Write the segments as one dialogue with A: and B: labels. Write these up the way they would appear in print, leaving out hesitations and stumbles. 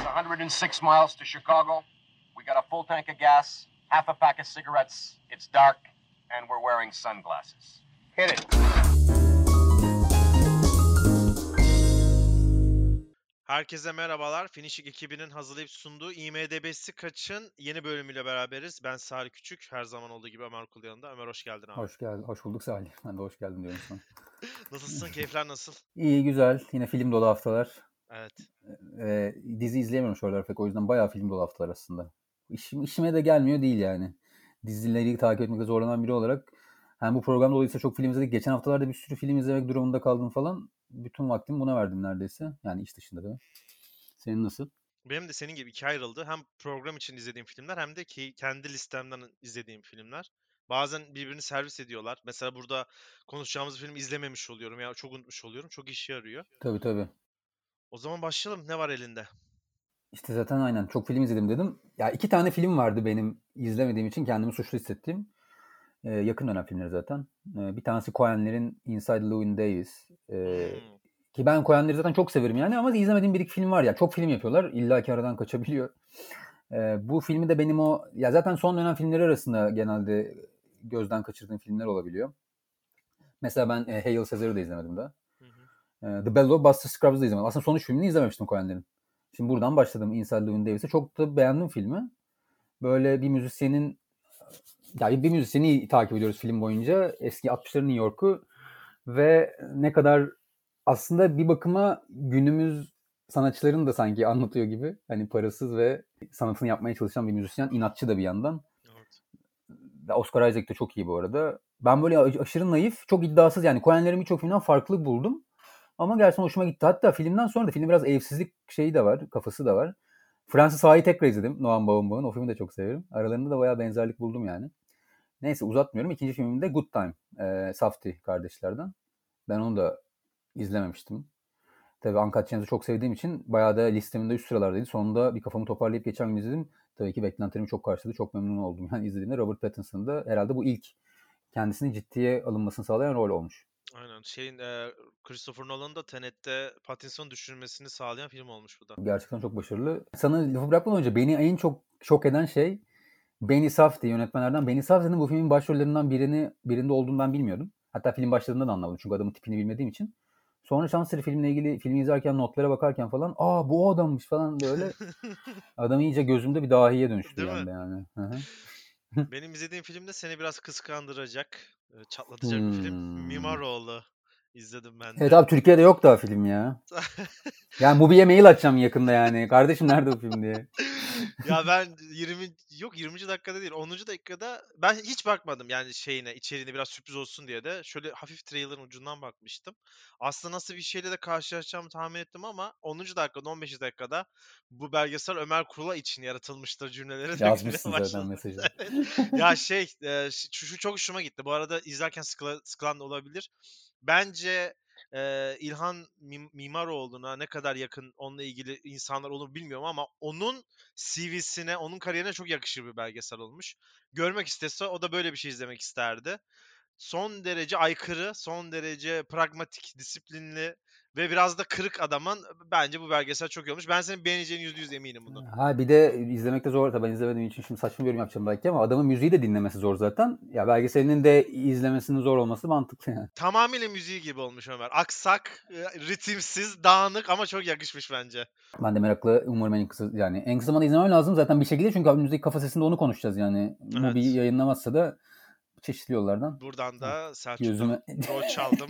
A: 106 miles to Chicago. We got a full tank of gas, half a pack of cigarettes. It's dark, and we're wearing sunglasses. Hit it.
B: Herkese merhabalar. Finishik ekibinin hazırlayıp sunduğu IMDb'si Kaç'ın yeni bölümüyle beraberiz. Ben Salih Küçük. Her zaman olduğu gibi Ömer Kul yanında. Ömer hoş geldin abi.
C: Hoş geldin. Hoş bulduk Salih. Ben de hoş geldin diyorum sana.
B: Nasılsın? Keyifler nasıl?
C: İyi, güzel. Yine film dolu haftalar.
B: Evet.
C: Dizi izleyemiyorum şu aralar pek. O yüzden bayağı film dolu haftalar aslında. İşime de gelmiyor değil yani. Dizileri takip etmekte zorlanan biri olarak hem bu program dolayısıyla çok film izledik. Geçen haftalarda bir sürü film izlemek durumunda kaldım falan. Bütün vaktimi buna verdim neredeyse. Yani iş dışında değil mi? Senin nasıl?
B: Benim de senin gibi ikiye ayrıldı. Hem program için izlediğim filmler hem de ki kendi listemden izlediğim filmler. Bazen birbirini servis ediyorlar. Mesela burada konuşacağımız film izlememiş oluyorum ya çok unutmuş oluyorum. Çok işe yarıyor.
C: Tabii.
B: O zaman başlayalım. Ne var elinde?
C: İşte zaten aynen çok film izledim dedim. Ya 2 tane film vardı benim izlemediğim için kendimi suçlu hissettiğim. Yakın dönem filmleri zaten. Bir tanesi Coen'lerin Inside Llewyn Davis. Ki ben Coen'leri zaten çok severim yani ama izlemediğim bir iki film var ya. Çok film yapıyorlar. İlla ki aradan kaçabiliyor. Bu filmi de benim ya zaten son dönem filmleri arasında genelde gözden kaçırdığım filmler olabiliyor. Mesela ben Hail Caesar'ı da izlemedim daha. The Ballad of Buster Scruggs'ı da izlemedim. Aslında son 3 filmini izlememiştim Coen'lerin. Şimdi buradan başladım Inside Llewyn Davis'e. Çok da beğendim filmi. Böyle bir müzisyeni takip ediyoruz film boyunca. Eski 60'ların New York'u ve ne kadar aslında bir bakıma günümüz sanatçılarını da sanki anlatıyor gibi. Hani parasız ve sanatını yapmaya çalışan bir müzisyen. İnatçı da bir yandan.
B: Evet.
C: Oscar Isaac de çok iyi bu arada. Ben böyle aşırı naif, çok iddiasız yani Coen'lerin birçok filmden farklı buldum. Ama gerçekten hoşuma gitti. Hatta filmden sonra da film biraz evsizlik şeyi de var, kafası da var. Francis Ha'yı tekrar izledim. Noam Baumbach'ın. O filmi de çok severim. Aralarında da bayağı benzerlik buldum yani. Neyse uzatmıyorum. İkinci filmim de Good Time. Safdie kardeşlerden. Ben onu da izlememiştim. Tabii Uncut James'i çok sevdiğim için bayağı da listemin de üst sıralardaydı. Sonunda bir kafamı toparlayıp geçen gün izledim. Tabii ki beklentilerimi çok karşıladı. Çok memnun oldum. Yani izlediğimde Robert Pattinson'ın da herhalde bu ilk kendisini ciddiye alınmasını sağlayan rol olmuş.
B: Aynen. Christopher Nolan'ın da Tenet'te Pattinson düşürmesini sağlayan film olmuş bu da.
C: Gerçekten çok başarılı. Sana lafı bırakmadan önce beni en çok şok eden şey Benny Safdie, yönetmenlerden. Benny Safdie'nin bu filmin başrollerinden birinde olduğunu ben bilmiyordum. Hatta film başladığında da anlamadım çünkü adamın tipini bilmediğim için. Sonra Chancery filmle ilgili filmi izlerken notlara bakarken falan bu o adammış falan böyle. Adam iyice gözümde bir dahiye dönüştü
B: Değil
C: bir
B: mi?
C: anda yani. Hı-hı.
B: Benim izlediğim filmde seni biraz kıskandıracak, çatlatacak bir film. Mimaroğlu izledim ben
C: Evet
B: de.
C: abi Türkiye'de yok daha film ya. Yani Mubi'ye mail atacağım yakında yani. Kardeşim nerede o film diye.
B: Ya ben 20. dakikada değil 10. dakikada ben hiç bakmadım yani içeriğine biraz sürpriz olsun diye de şöyle hafif trailer'ın ucundan bakmıştım. Aslında nasıl bir şeyle de karşılaşacağımı tahmin ettim ama 10. dakikada 15. dakikada bu belgesel Ömer Kurula için yaratılmıştır cümleleri dökülmeye
C: Yazmışsın zaten
B: başladı.
C: mesajı.
B: Evet. Ya şu çok hoşuma gitti. Bu arada izlerken sıkılan da olabilir. Bence İlhan Mimaroğlu'na ne kadar yakın onunla ilgili insanlar olur bilmiyorum ama onun CV'sine, onun kariyerine çok yakışır bir belgesel olmuş. Görmek istese o da böyle bir şey izlemek isterdi. Son derece aykırı, son derece pragmatik, disiplinli ve biraz da kırık adamın bence bu belgesel çok iyi olmuş. Ben senin beğeneceğine %100 eminim bunu.
C: Ha bir de izlemekte zor. Tabii ben izlemediğim için şimdi saçma bir yorum yapacağım belki ama adamın müziği de dinlemesi zor zaten. Ya belgeselinin de izlemesinin zor olması mantıklı yani.
B: Tamamıyla müziği gibi olmuş Ömer. Aksak, ritimsiz, dağınık ama çok yakışmış bence.
C: Ben de meraklı umarım en kısa zamanda izlemem lazım zaten bir şekilde çünkü önümüzdeki kafa sesinde onu konuşacağız yani. Mubi
B: Evet.
C: yayınlamazsa da çeşitli yollardan.
B: Buradan da
C: Gözüme...
B: Selçuk'tan rol çaldım.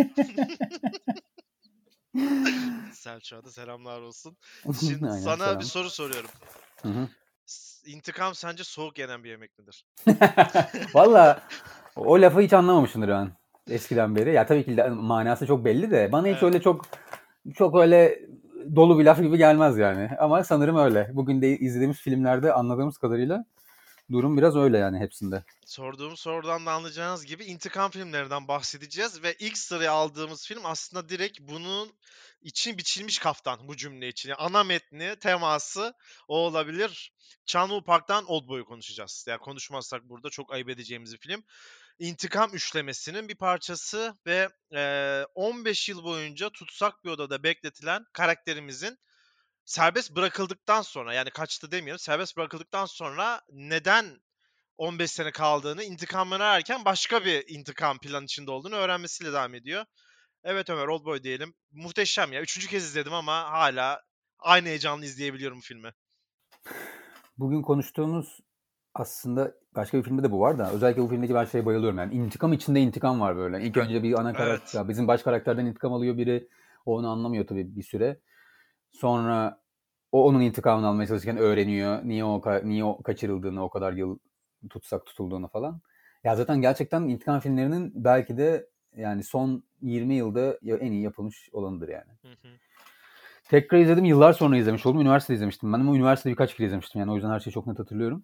B: Selçuk'a da selamlar olsun. Şimdi
C: Aynen
B: sana bir
C: selam.
B: soru soruyorum.
C: Hı.
B: İntikam sence soğuk yenen bir yemek midir?
C: Valla o lafı hiç anlamamışımdır ben eskiden beri. Ya tabii ki manası çok belli de bana hiç
B: Evet.
C: öyle çok öyle dolu bir laf gibi gelmez yani. Ama sanırım öyle. Bugün de izlediğimiz filmlerde anladığımız kadarıyla durum biraz öyle yani hepsinde.
B: Sorduğum sorudan da anlayacağınız gibi intikam filmlerinden bahsedeceğiz ve ilk sıraya aldığımız film aslında direkt bunun için biçilmiş kaftan bu cümle için. Yani ana metni, teması o olabilir. Chan-wook Park'tan Oldboy'u konuşacağız. Yani konuşmazsak burada çok ayıp edeceğimiz bir film. İntikam üçlemesinin bir parçası ve 15 yıl boyunca tutsak bir odada bekletilen karakterimizin serbest bırakıldıktan sonra, yani kaçtı demiyorum, serbest bırakıldıktan sonra neden 15 sene kaldığını, intikamını ararken başka bir intikam planı içinde olduğunu öğrenmesiyle devam ediyor. Evet Ömer, Oldboy diyelim. Muhteşem ya. 3. kez izledim ama hala aynı heyecanla izleyebiliyorum bu filmi.
C: Bugün konuştuğumuz aslında başka bir filmde de bu var da özellikle bu filmdeki ben şeye bayılıyorum yani. İntikam içinde intikam var böyle. İlk önce bir ana karakter,
B: Evet.
C: bizim baş karakterden intikam alıyor biri. O onu anlamıyor tabii bir süre. Sonra o onun intikamını almaya çalışırken öğreniyor. Niye o kaçırıldığını, o kadar yıl tutsak tutulduğunu falan. Ya zaten gerçekten intikam filmlerinin belki de yani son 20 yılda en iyi yapılmış olanıdır yani.
B: Hı hı.
C: Tekrar izledim. Yıllar sonra izlemiş oldum. Üniversitede izlemiştim. Ben ama üniversitede birkaç kere izlemiştim. Yani o yüzden her şeyi çok net hatırlıyorum.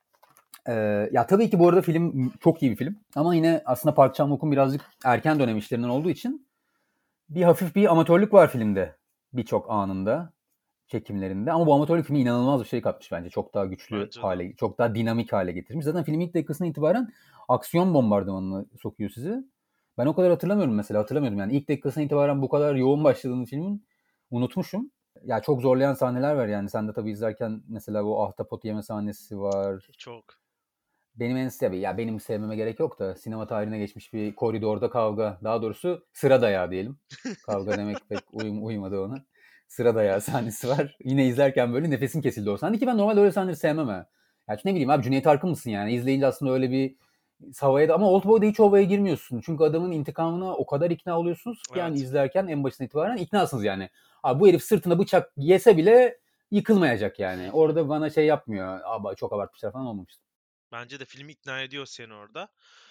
C: Ya tabii ki bu arada film çok iyi bir film. Ama yine aslında Park Chan-wook'un birazcık erken dönem işlerinden olduğu için bir hafif bir amatörlük var filmde. Birçok anında, çekimlerinde. Ama bu amatörlük filmi inanılmaz bir şey katmış bence. Çok daha güçlü
B: Bence de.
C: hale, çok daha dinamik hale getirmiş. Zaten filmin ilk dakikasından itibaren aksiyon bombardımanına sokuyor sizi. Ben o kadar hatırlamıyorum mesela. Hatırlamıyordum yani. İlk dakikasından itibaren bu kadar yoğun başladığını filmin unutmuşum. Ya çok zorlayan sahneler var yani. Sen de tabii izlerken mesela bu ahtapot yeme sahnesi var.
B: Çok.
C: Benim sevmeme gerek yok da sinema tarihine geçmiş bir koridorda kavga. Daha doğrusu sıra dayağı diyelim. Kavga demek pek uymadı ona. Sıra dayağı sahnesi var. Yine izlerken böyle nefesim kesildi o sahne ki ben normalde öyle sahneleri sevmem ha. Ya ne bileyim abi Cüneyt Arkın mısın yani? İzleyince aslında öyle bir havaya da ama Oldboy'da hiç o havaya girmiyorsun. Çünkü adamın intikamına o kadar ikna oluyorsunuz ki yani
B: Evet.
C: izlerken en başından itibaren iknasınız yani. Abi bu herif sırtına bıçak yese bile yıkılmayacak yani. Orada bana şey yapmıyor. Abi çok abartmışlar falan olmamıştı.
B: Bence de film ikna ediyor seni orada.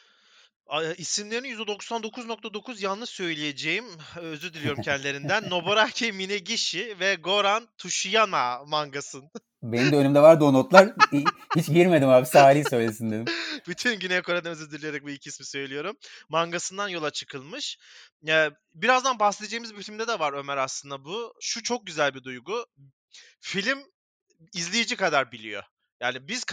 B: İsimlerini %99.9 yanlış söyleyeceğim. Özür diliyorum kendilerinden. Nobuaki Minegishi ve Goran Tushiyama mangasın.
C: Benim de önümde vardı o notlar. Hiç girmedim abi. Salih söylesin dedim.
B: Bütün Güney Kore'den özür dileyerek bu iki ismi söylüyorum. Mangasından yola çıkılmış. Birazdan bahsedeceğimiz bir filmde de var Ömer aslında bu. Şu çok güzel bir duygu. Film izleyici kadar biliyor. Yani biz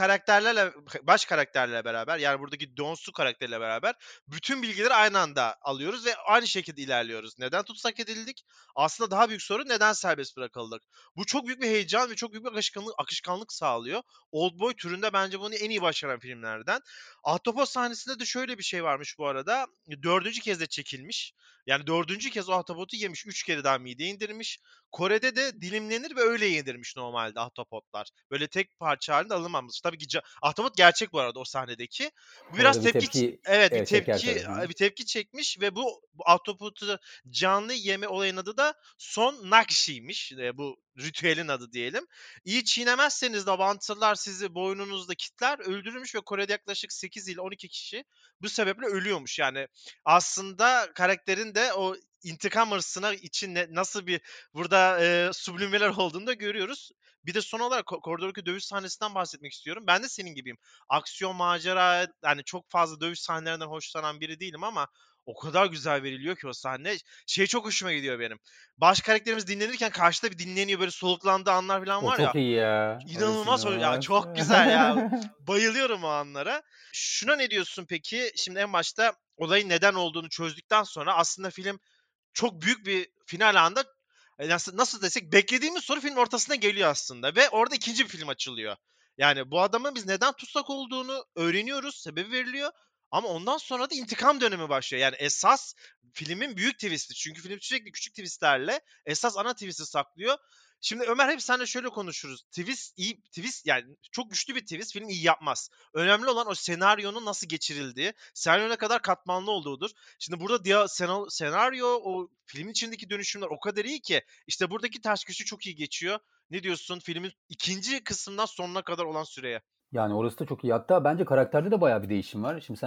B: baş karakterlerle beraber, yani buradaki Donsu karakteriyle beraber bütün bilgileri aynı anda alıyoruz ve aynı şekilde ilerliyoruz. Neden tutsak edildik? Aslında daha büyük soru, neden serbest bırakıldık? Bu çok büyük bir heyecan ve çok büyük bir akışkanlık sağlıyor. Oldboy türünde bence bunu en iyi başaran filmlerden. Ahtapot sahnesinde de şöyle bir şey varmış bu arada. 4. kez de çekilmiş. Yani 4. kez o ahtapotu yemiş. 3 kere daha mideye indirmiş. Kore'de de dilimlenir ve öyle yenirmiş normalde ahtapotlar. Böyle tek parça halinde alınmamış. Tabii ki ahtapot gerçek bu arada o sahnedeki. Bu biraz
C: Orada bir
B: tepki
C: tepki
B: evet bir
C: çeker
B: tepki
C: tabii. Hı.
B: bir tepki çekmiş ve bu ahtapotu canlı yeme olayının adı da Son Nakshi'ymiş. Bu ritüelin adı diyelim. İyi çiğnemezseniz de vampirler sizi boynunuzda kitler, öldürülmüş ve Kore'de yaklaşık 8 ile 12 kişi bu sebeple ölüyormuş. Yani aslında karakterin de o intikam hırsına için nasıl bir burada sublimeler olduğunu da görüyoruz. Bir de son olarak koridordaki dövüş sahnesinden bahsetmek istiyorum. Ben de senin gibiyim. Aksiyon, macera, yani çok fazla dövüş sahnelerinden hoşlanan biri değilim ama o kadar güzel veriliyor ki o sahne. Şey çok hoşuma gidiyor benim. Baş karakterimiz dinlenirken karşıda bir dinleniyor, böyle soluklandığı anlar falan
C: O
B: var ya.
C: çok iyi ya. Orası
B: İnanılmaz ya,
C: inanılmaz.
B: çok güzel ya. Bayılıyorum o anlara. Şuna ne diyorsun peki? Şimdi en başta olayın neden olduğunu çözdükten sonra aslında film çok büyük bir final anında nasıl desek beklediğimiz soru filmin ortasına geliyor aslında ve orada ikinci bir film açılıyor. Yani bu adamın biz neden tutsak olduğunu öğreniyoruz, sebebi veriliyor ama ondan sonra da intikam dönemi başlıyor. Yani esas filmin büyük twist'i. Çünkü film sürekli küçük twistlerle esas ana twist'i saklıyor. Şimdi Ömer, hep seninle şöyle konuşuruz. Twist iyi, twist yani çok güçlü bir twist film iyi yapmaz. Önemli olan o senaryonun nasıl geçirildiği, senaryo ne kadar katmanlı olduğudur. Şimdi burada senaryo, o filmin içindeki dönüşümler o kadar iyi ki işte buradaki ters köşe çok iyi geçiyor. Ne diyorsun filmin ikinci kısmından sonuna kadar olan süreye?
C: Yani orası da çok iyi. Hatta bence karakterde de bayağı bir değişim var. Şimdi sen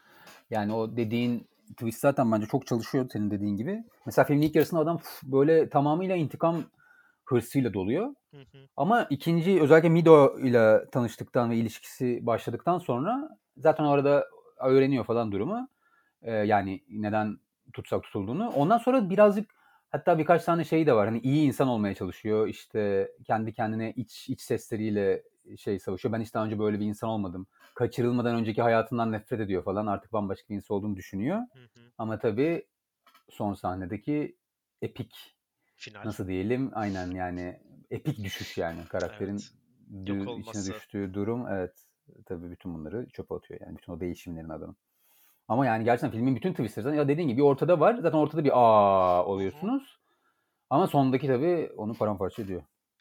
C: o dediğin twist zaten bence çok çalışıyor senin dediğin gibi. Mesela filmin ilk yarısında adam böyle tamamıyla intikam hırsıyla doluyor.
B: Hı hı.
C: Ama ikinci özellikle Mido ile tanıştıktan ve ilişkisi başladıktan sonra zaten orada öğreniyor falan durumu. Yani neden tutsak tutulduğunu. Ondan sonra birazcık hatta birkaç tane şey de var. Hani iyi insan olmaya çalışıyor. İşte kendi kendine iç sesleriyle savaşıyor. Ben hiç daha önce böyle bir insan olmadım. Kaçırılmadan önceki hayatından nefret ediyor falan. Artık bambaşka bir insan olduğunu düşünüyor.
B: Hı hı.
C: Ama tabii son sahnedeki epik
B: Final.
C: nasıl diyelim aynen yani epik düşüş yani. Karakterin
B: Evet. Yok
C: içine
B: olması.
C: düştüğü durum, evet, tabii bütün bunları çöpe atıyor yani. Bütün o değişimlerin adamı. Ama yani gerçekten filmin bütün twistleri, ya dediğin gibi bir ortada var. Zaten ortada bir oluyorsunuz. Ama sondaki tabii onu paramparça ediyor.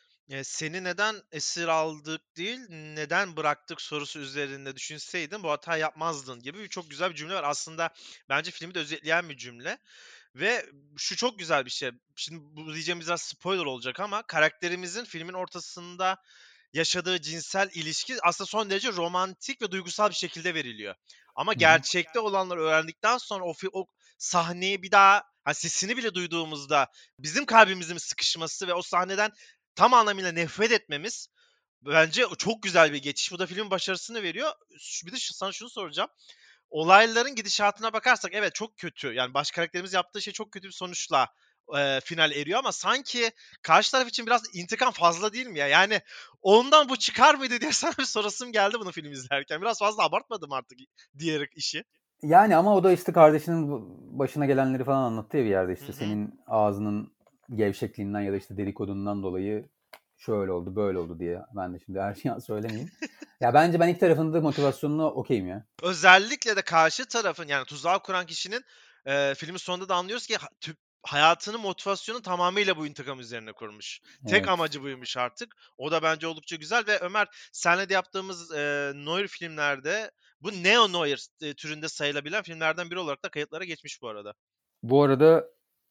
B: Seni neden esir aldık değil, neden bıraktık sorusu üzerinde düşünseydin bu hata yapmazdın gibi çok güzel bir cümle var. Aslında bence filmi de özetleyen bir cümle. Ve şu çok güzel bir şey. Şimdi bu diyeceğimiz biraz spoiler olacak ama karakterimizin filmin ortasında yaşadığı cinsel ilişki aslında son derece romantik ve duygusal bir şekilde veriliyor. Ama
C: Hı hı.
B: gerçekte olanları öğrendikten sonra o sahneyi bir daha sesini bile duyduğumuzda bizim kalbimizin sıkışması ve o sahneden tam anlamıyla nefret etmemiz bence çok güzel bir geçiş. Bu da filmin başarısını veriyor. Bir de sana şunu soracağım. Olayların gidişatına bakarsak evet çok kötü. Yani baş karakterimiz yaptığı şey çok kötü bir sonuçla final eriyor ama sanki karşı taraf için biraz intikam fazla değil mi ya? Yani ondan bu çıkar mıydı diye sana bir sorasım geldi bunu film izlerken. Biraz fazla abartmadım artık diğer işi.
C: Yani ama o da işte kardeşinin başına gelenleri falan anlattı ya bir yerde, işte
B: Hı hı.
C: senin ağzının gevşekliğinden ya da işte dedikodundan dolayı şöyle oldu böyle oldu diye. Ben de şimdi her şeyi söylemeyeyim. Ya bence ben ilk tarafında motivasyonuna okeyim ya.
B: Özellikle de karşı tarafın yani tuzağı kuran kişinin filmin sonunda da anlıyoruz ki hayatının motivasyonu tamamıyla bu intikam üzerine kurmuş. Tek
C: Evet.
B: amacı buymuş artık. O da bence oldukça güzel ve Ömer senle de yaptığımız noir filmlerde bu neo-noir türünde sayılabilen filmlerden biri olarak da kayıtlara geçmiş bu arada.
C: Bu arada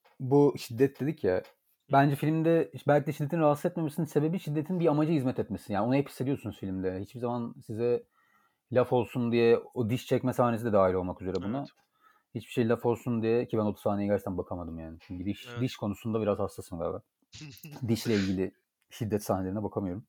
C: bu şiddet dedik ya.
B: Hı.
C: Bence filmde belki de şiddetin rahatsız etmemesinin sebebi şiddetin bir amaca hizmet etmesi. Yani onu hep hissediyorsunuz filmde. Hiçbir zaman size laf olsun diye o diş çekme sahnesi de dahil olmak üzere buna.
B: Evet.
C: Hiçbir şey laf olsun diye, ki ben 30 saniye gerçekten bakamadım yani. Çünkü
B: Evet.
C: diş konusunda biraz hassasım galiba. Dişle ilgili şiddet sahnelerine bakamıyorum.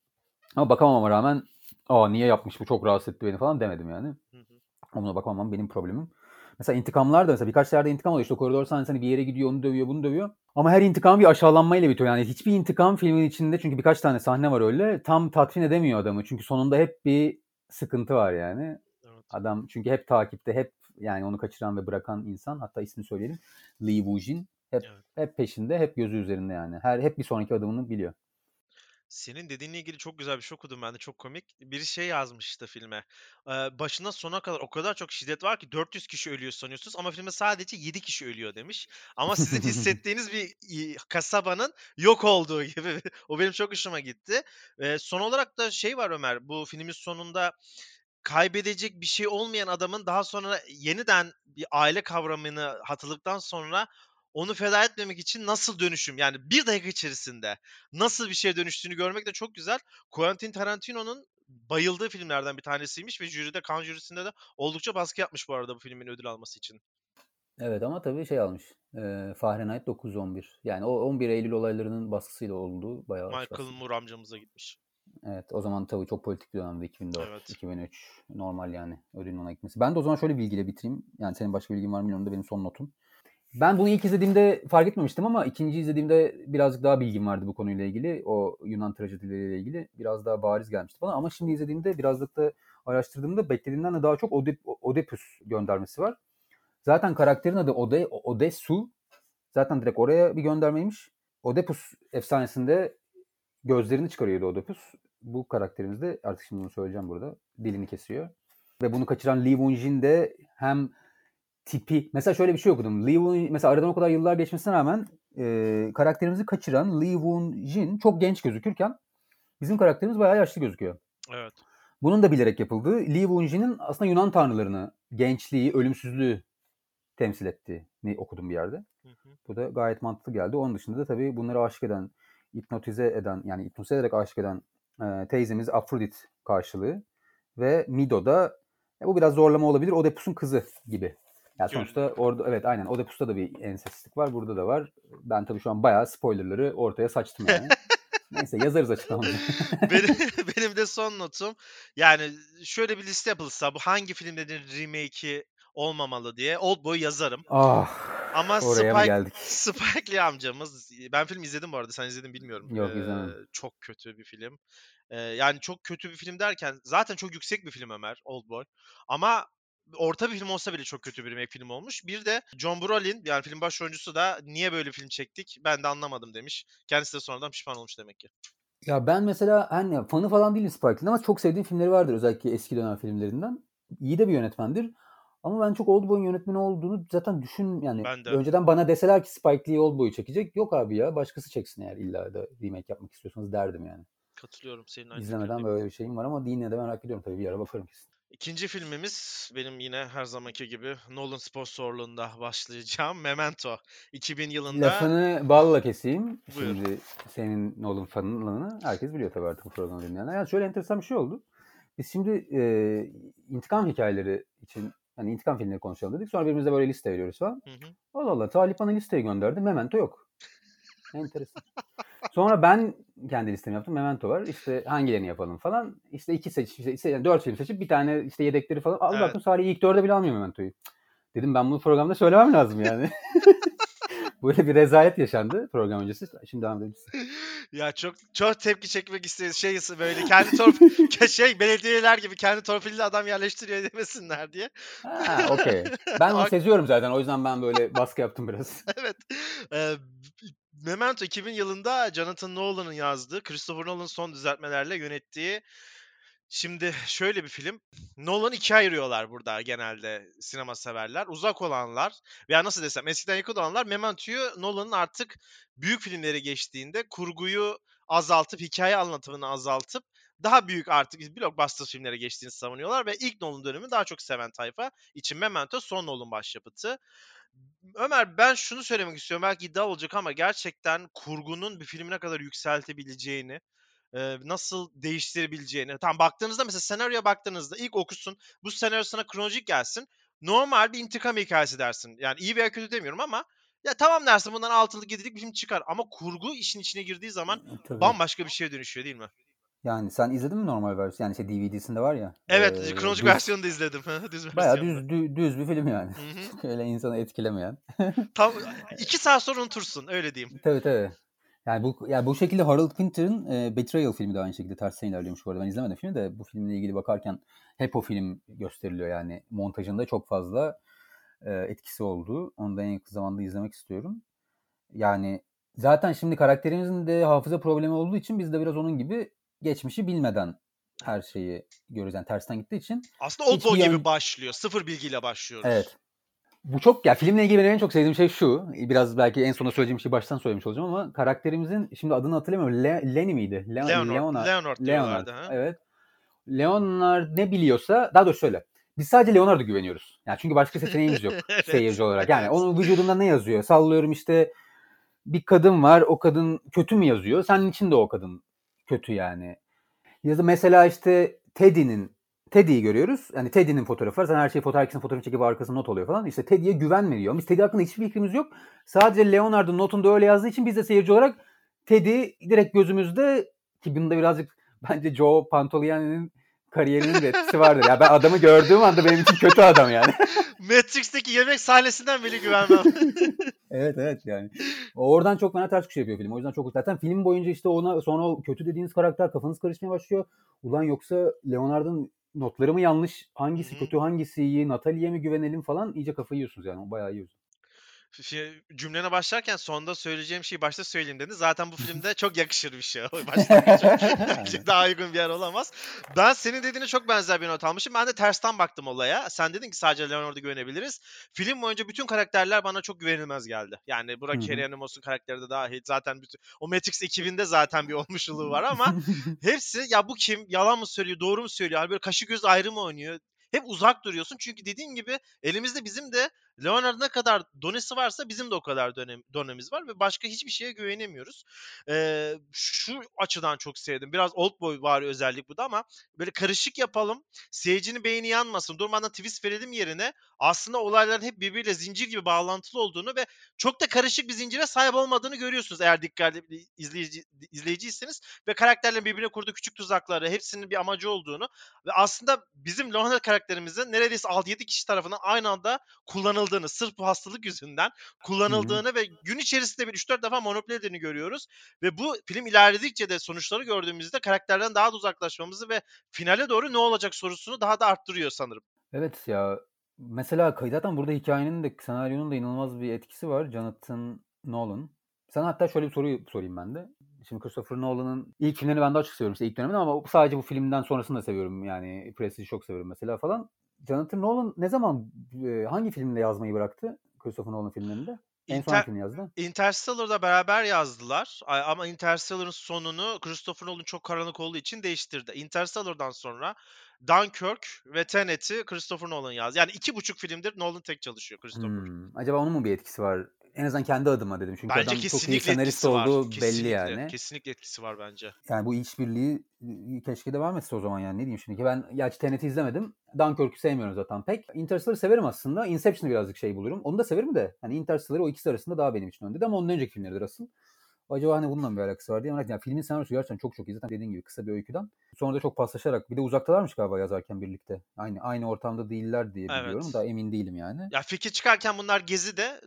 C: Ama bakamama rağmen niye yapmış bu, çok rahatsız etti beni falan demedim yani. Ona bakamam benim problemim. Mesela intikamlar da mesela birkaç yerde intikam oluyor. İşte koridor sahnesinde hani bir yere gidiyor, onu dövüyor, bunu dövüyor. Ama her intikam bir aşağılanmayla bitiyor. Yani hiçbir intikam filmin içinde, çünkü birkaç tane sahne var öyle, tam tatmin edemiyor adamı. Çünkü sonunda hep bir sıkıntı var yani.
B: Evet.
C: Adam çünkü hep takipte, hep yani onu kaçıran ve bırakan insan, hatta ismini söyleyelim. Lee Woo-jin. Hep peşinde, hep gözü üzerinde yani. Hep bir sonraki adımını biliyor.
B: Senin dediğinle ilgili çok güzel bir şey okudum ben de, çok komik. Biri şey yazmış işte filme. Başından sona kadar o kadar çok şiddet var ki 400 kişi ölüyor sanıyorsunuz ama filmde sadece 7 kişi ölüyor demiş. Ama sizin hissettiğiniz bir kasabanın yok olduğu gibi. O benim çok hoşuma gitti. Son olarak da şey var Ömer. Bu filmin sonunda kaybedecek bir şey olmayan adamın daha sonra yeniden bir aile kavramını hatırladıktan sonra onu feda etmemek için nasıl dönüşüm, yani bir dakika içerisinde nasıl bir şeye dönüştüğünü görmek de çok güzel. Quentin Tarantino'nun bayıldığı filmlerden bir tanesiymiş ve jüride, Cannes jürisinde de oldukça baskı yapmış bu arada bu filmin ödül alması için.
C: Evet ama tabii şey almış. Fahrenheit 911. Yani o 11 Eylül olaylarının baskısıyla olduğu bayağı açık
B: Michael
C: aslında.
B: Moore amcamıza gitmiş.
C: Evet, o zaman tabii çok politik bir dönemde, 2004,
B: Evet.
C: 2003, normal yani ödülün ona gitmesi. Ben de o zaman şöyle bir bilgiyle bitireyim. Yani senin başka bilgin var mı bilmiyorum da benim son notum. Ben bunu ilk izlediğimde fark etmemiştim ama ikinci izlediğimde birazcık daha bilgim vardı bu konuyla ilgili. O Yunan trajedileriyle ilgili biraz daha bariz gelmişti bana. Ama şimdi izlediğimde, birazcık da araştırdığımda beklediğimden de daha çok Oedipus göndermesi var. Zaten karakterin adı Odessu. Zaten direkt oraya bir göndermeymiş. Oedipus efsanesinde gözlerini çıkarıyordu Oedipus. Bu karakterimiz de, artık şimdi bunu söyleyeceğim burada, dilini kesiyor. Ve bunu kaçıran Lee Woo-jin de hem tipi... Mesela şöyle bir şey okudum. Mesela aradan o kadar yıllar geçmesine rağmen karakterimizi kaçıran Lee Woo-jin çok genç gözükürken bizim karakterimiz bayağı yaşlı gözüküyor.
B: Evet.
C: Bunun da bilerek yapıldığı, Lee Woo-jin'in aslında Yunan tanrılarını, gençliği, ölümsüzlüğü temsil ettiğini okudum bir yerde. Bu da gayet mantıklı geldi. Onun dışında da tabii bunları aşık eden, hipnotize eden, yani hipnotize ederek aşık eden teyzemiz Afrodit karşılığı ve Mido da bu biraz zorlama olabilir, Oedipus'un kızı gibi. Yani sonuçta orada evet aynen Oedipus'ta da bir ensestlik var, burada da var. Ben tabii şu an bayağı spoilerları ortaya saçtım yani. Neyse, yazarız açıklamamızı.
B: Benim de son notum, yani şöyle bir liste yapılsa bu hangi filmlerin remake'i olmamalı diye Oldboy yazarım. Ama
C: Oraya mı geldik?
B: Spike Lee amcamız, ben film izledim bu arada, sen izledin bilmiyorum.
C: Yok, izlemedim.
B: Çok kötü bir film. Yani çok kötü bir film derken zaten çok yüksek bir film Ömer, Oldboy. Ama orta bir film olsa bile çok kötü bir remake film olmuş. Bir de John Brolin, yani film baş oyuncusu da niye böyle film çektik ben de anlamadım demiş. Kendisi de sonradan pişman olmuş demek ki.
C: Ya ben mesela hani fanı falan değilim Spike Lee'nin ama çok sevdiğim filmleri vardır özellikle eski dönem filmlerinden. İyi de bir yönetmendir. Ama ben çok Oldboy'un yönetmeni olduğunu zaten yani
B: Ben de.
C: önceden bana deseler ki Spike Lee Oldboy'u çekecek. Yok abi ya başkası çeksin eğer illa da remake yapmak istiyorsanız derdim yani.
B: Katılıyorum, senin aynı
C: İzlemeden
B: fikirdeyim.
C: böyle bir şeyim var ama yine de merak ediyorum tabii bir ara bakarım kesin.
B: İkinci filmimiz benim yine her zamanki gibi Nolan sponsorluğunda başlayacağım. Memento. 2000 yılında.
C: Lafını balla keseyim.
B: Buyur.
C: Şimdi senin Nolan fanını herkes biliyor tabii artık bu programı dinleyenler. Yani şöyle enteresan bir şey oldu. Biz şimdi intikam hikayeleri için hani intikam filmleri konuşalım dedik. Sonra birbirimize böyle liste veriyoruz falan.
B: Hı hı.
C: Allah Allah Talip bana listeyi gönderdi. Memento yok. Enteresan. Sonra ben kendi listemi yaptım. Memento var. İşte hangilerini yapalım falan. İşte 4 film seçip bir tane işte yedekleri falan. Allah
B: Evet.
C: baktım Salih ilk 4'e bile almıyor Memento'yu. Dedim ben bunu programda söylemem lazım yani. Böyle bir rezalet yaşandı program öncesi. Şimdi devam edelim.
B: Ya çok tepki çekmek istiyoruz. Böyle kendi belediyeler gibi kendi torpilli adam yerleştiriyor demesinler diye.
C: Ha, okey. Ben onu seziyorum zaten. O yüzden ben böyle baskı yaptım biraz.
B: Evet. Ee, Memento 2000 yılında Jonathan Nolan'ın yazdığı, Christopher Nolan'ın son düzeltmelerle yönettiği. Şimdi şöyle bir film. Nolan'ı ikiye ayırıyorlar burada genelde sinema severler. Uzak olanlar veya nasıl desem eskiden yakın olanlar Memento'yu Nolan'ın artık büyük filmleri geçtiğinde kurguyu azaltıp, hikaye anlatımını azaltıp daha büyük artık blockbuster filmlere geçtiğini savunuyorlar ve ilk Nolan dönemi daha çok seven tayfa için Memento son Nolan başyapıtı. Ömer, ben şunu söylemek istiyorum. Belki iddia olacak ama gerçekten kurgunun bir filmi ne kadar yükseltebileceğini, nasıl değiştirebileceğini. Tamam, baktığınızda mesela senaryoya baktığınızda ilk okusun. Bu senaryo sana kronolojik gelsin. Normal bir intikam hikayesi dersin. Yani iyi veya kötü demiyorum ama ya tamam dersin, bundan 6'lık 7'lik bir film çıkar. Ama kurgu işin içine girdiği zaman
C: Tabii.
B: bambaşka bir şeye dönüşüyor değil mi?
C: Yani sen izledin mi normal versiyon? Yani DVD'sinde var ya.
B: Evet, kronolojik versiyonu da izledim. Düz
C: Bayağı
B: versiyonda.
C: düz bir film yani.
B: Hı hı.
C: Çok öyle insanı etkilemeyen.
B: Tam 2 saat sonra unutursun, öyle diyeyim.
C: Tabii. Yani bu şekilde Harold Pinter'ın Betrayal filmi de aynı şekilde tersten ilerliyormuş bu arada. Ben izlemedim filmi de bu filmle ilgili bakarken hep o film gösteriliyor yani. Montajında çok fazla etkisi oldu. Onu da en yakın zamanda izlemek istiyorum. Yani zaten şimdi karakterimizin de hafıza problemi olduğu için biz de biraz onun gibi geçmişi bilmeden her şeyi görüyoruz. Yani tersten gittiği için.
B: Aslında Oldboy gibi başlıyor. Sıfır bilgiyle başlıyoruz.
C: Evet. Bu çok ya filmle ilgili benim en çok sevdiğim şey şu. Biraz belki en sona söyleyeceğim şeyi baştan söylemiş olacağım ama karakterimizin şimdi adını hatırlamıyorum. Lenny miydi?
B: Leonard diyorlardı. Ha?
C: Evet. Leonard ne biliyorsa daha doğrusu şöyle. Biz sadece Leonard'a güveniyoruz. Yani çünkü başka seçeneğimiz yok
B: Evet,
C: seyirci olarak. Yani
B: evet.
C: onun vücudunda ne yazıyor? Sallıyorum işte bir kadın var. O kadın kötü mü yazıyor? Senin için de o kadın kötü yani. Ya da mesela işte Teddy'yi görüyoruz. Yani Teddy'nin fotoğrafı var. Sen her şeyi herkesin fotoğrafını çekip arkasına not alıyor falan. İşte Teddy'ye güvenmiyor. Biz Teddy hakkında hiçbir fikrimiz yok. Sadece Leonard'ın notunda öyle yazdığı için biz de seyirci olarak Teddy direkt gözümüzde, ki bunda birazcık bence Joe Pantoliano'nun kariyerinin de etkisi vardır. Ya ben adamı gördüğüm anda benim için kötü adam yani.
B: Matrix'teki yemek sahnesinden bile güvenmem.
C: Evet yani. Oradan çok fena ters bir şey yapıyor film. O yüzden çok zaten film boyunca işte ona sonra o kötü dediğiniz karakter kafanız karışmaya başlıyor. Ulan yoksa Leonard'ın notları mı yanlış? Hangisi kötü, hangisi iyi? Natalie'ye mi güvenelim falan? İyice kafayı yiyorsunuz yani. O bayağı iyi.
B: Cümlene başlarken sonda söyleyeceğim şeyi başta söyleyeyim dedi. Zaten bu filmde çok yakışır bir şey. Başlangıç daha uygun bir yer olamaz. Ben senin dediğine çok benzer bir not almışım. Ben de tersten baktım olaya. Sen dedin ki sadece Leonard'a güvenebiliriz. Film boyunca bütün karakterler bana çok güvenilmez geldi. Yani Burak Carey olsun, karakteri de dahil. Zaten o Matrix ekibinde zaten bir olmuşluğu var ama hepsi ya bu kim? Yalan mı söylüyor? Doğru mu söylüyor? Yani böyle kaşı göz ayrı mı oynuyor? Hep uzak duruyorsun. Çünkü dediğin gibi elimizde bizim de Leonard'ın ne kadar donesi varsa bizim de o kadar donemiz var ve başka hiçbir şeye güvenemiyoruz. Şu açıdan çok sevdim. Biraz Oldboy var özellik bu da ama böyle karışık yapalım. Seyircinin beyni yanmasın. Durmadan twist verelim yerine aslında olayların hep birbiriyle zincir gibi bağlantılı olduğunu ve çok da karışık bir zincire sahip olmadığını görüyorsunuz eğer dikkatli izleyiciyseniz ve karakterlerin birbirine kurduğu küçük tuzakları, hepsinin bir amacı olduğunu ve aslında bizim Leonard karakterimizin neredeyse 6-7 kişi tarafından aynı anda kullanıldığını, sırf bu hastalık yüzünden kullanıldığını ve gün içerisinde bir 3-4 defa manipüle edildiğini görüyoruz. Ve bu film ilerledikçe de sonuçları gördüğümüzde karakterden daha da uzaklaşmamızı ve finale doğru ne olacak sorusunu daha da arttırıyor sanırım.
C: Evet ya. Mesela zaten burada hikayenin de senaryonun da inanılmaz bir etkisi var. Jonathan Nolan. Sana hatta şöyle bir soruyu sorayım ben de. Şimdi Christopher Nolan'ın ilk filmlerini ben daha çok seviyorum. İşte ilk dönemini ama sadece bu filmden sonrasını da seviyorum. Yani Prestige'i çok seviyorum mesela falan. Jonathan Nolan ne zaman hangi filmde yazmayı bıraktı? Christopher Nolan filmlerinde. En son hangi
B: Inter
C: filmi yazdı?
B: Interstellar'da beraber yazdılar. Ama Interstellar'ın sonunu Christopher Nolan çok karanlık olduğu için değiştirdi. Interstellar'dan sonra Dunkirk ve Tenet'i Christopher Nolan yazdı. Yani 2,5 filmdir Nolan tek çalışıyor Christopher.
C: Acaba onun mu bir etkisi var? En azından kendi adıma dedim. Çünkü
B: Bence
C: adam çok iyi
B: kesinlikle
C: senarist
B: etkisi var.
C: olduğu belli
B: Kesinlikle.
C: yani.
B: Kesinlikle etkisi var bence.
C: Yani bu işbirliği keşke devam etse o zaman yani. Ne diyeyim şimdi ki ben gerçi Tenet'i izlemedim. Dunkirk'ü sevmiyorum zaten pek. Interstellar'ı severim aslında. Inception'ı birazcık şey bulurum. Onu da severim de. Hani Interstellar'ı o ikisi arasında daha benim için önde. Ama ondan önceki filmleridir asıl. Acaba hani bununla bir alakası var diye merak ediyorum. Yani filmin senaryosu gerçekten çok çok iyi. Zaten dediğin gibi kısa bir öyküden. Sonra da çok paslaşarak. Bir de uzaktalarmış galiba yazarken birlikte. Aynı ortamda değiller diye biliyorum.
B: Evet.
C: Da emin değilim yani.
B: Ya fikir çıkarken bunlar gezide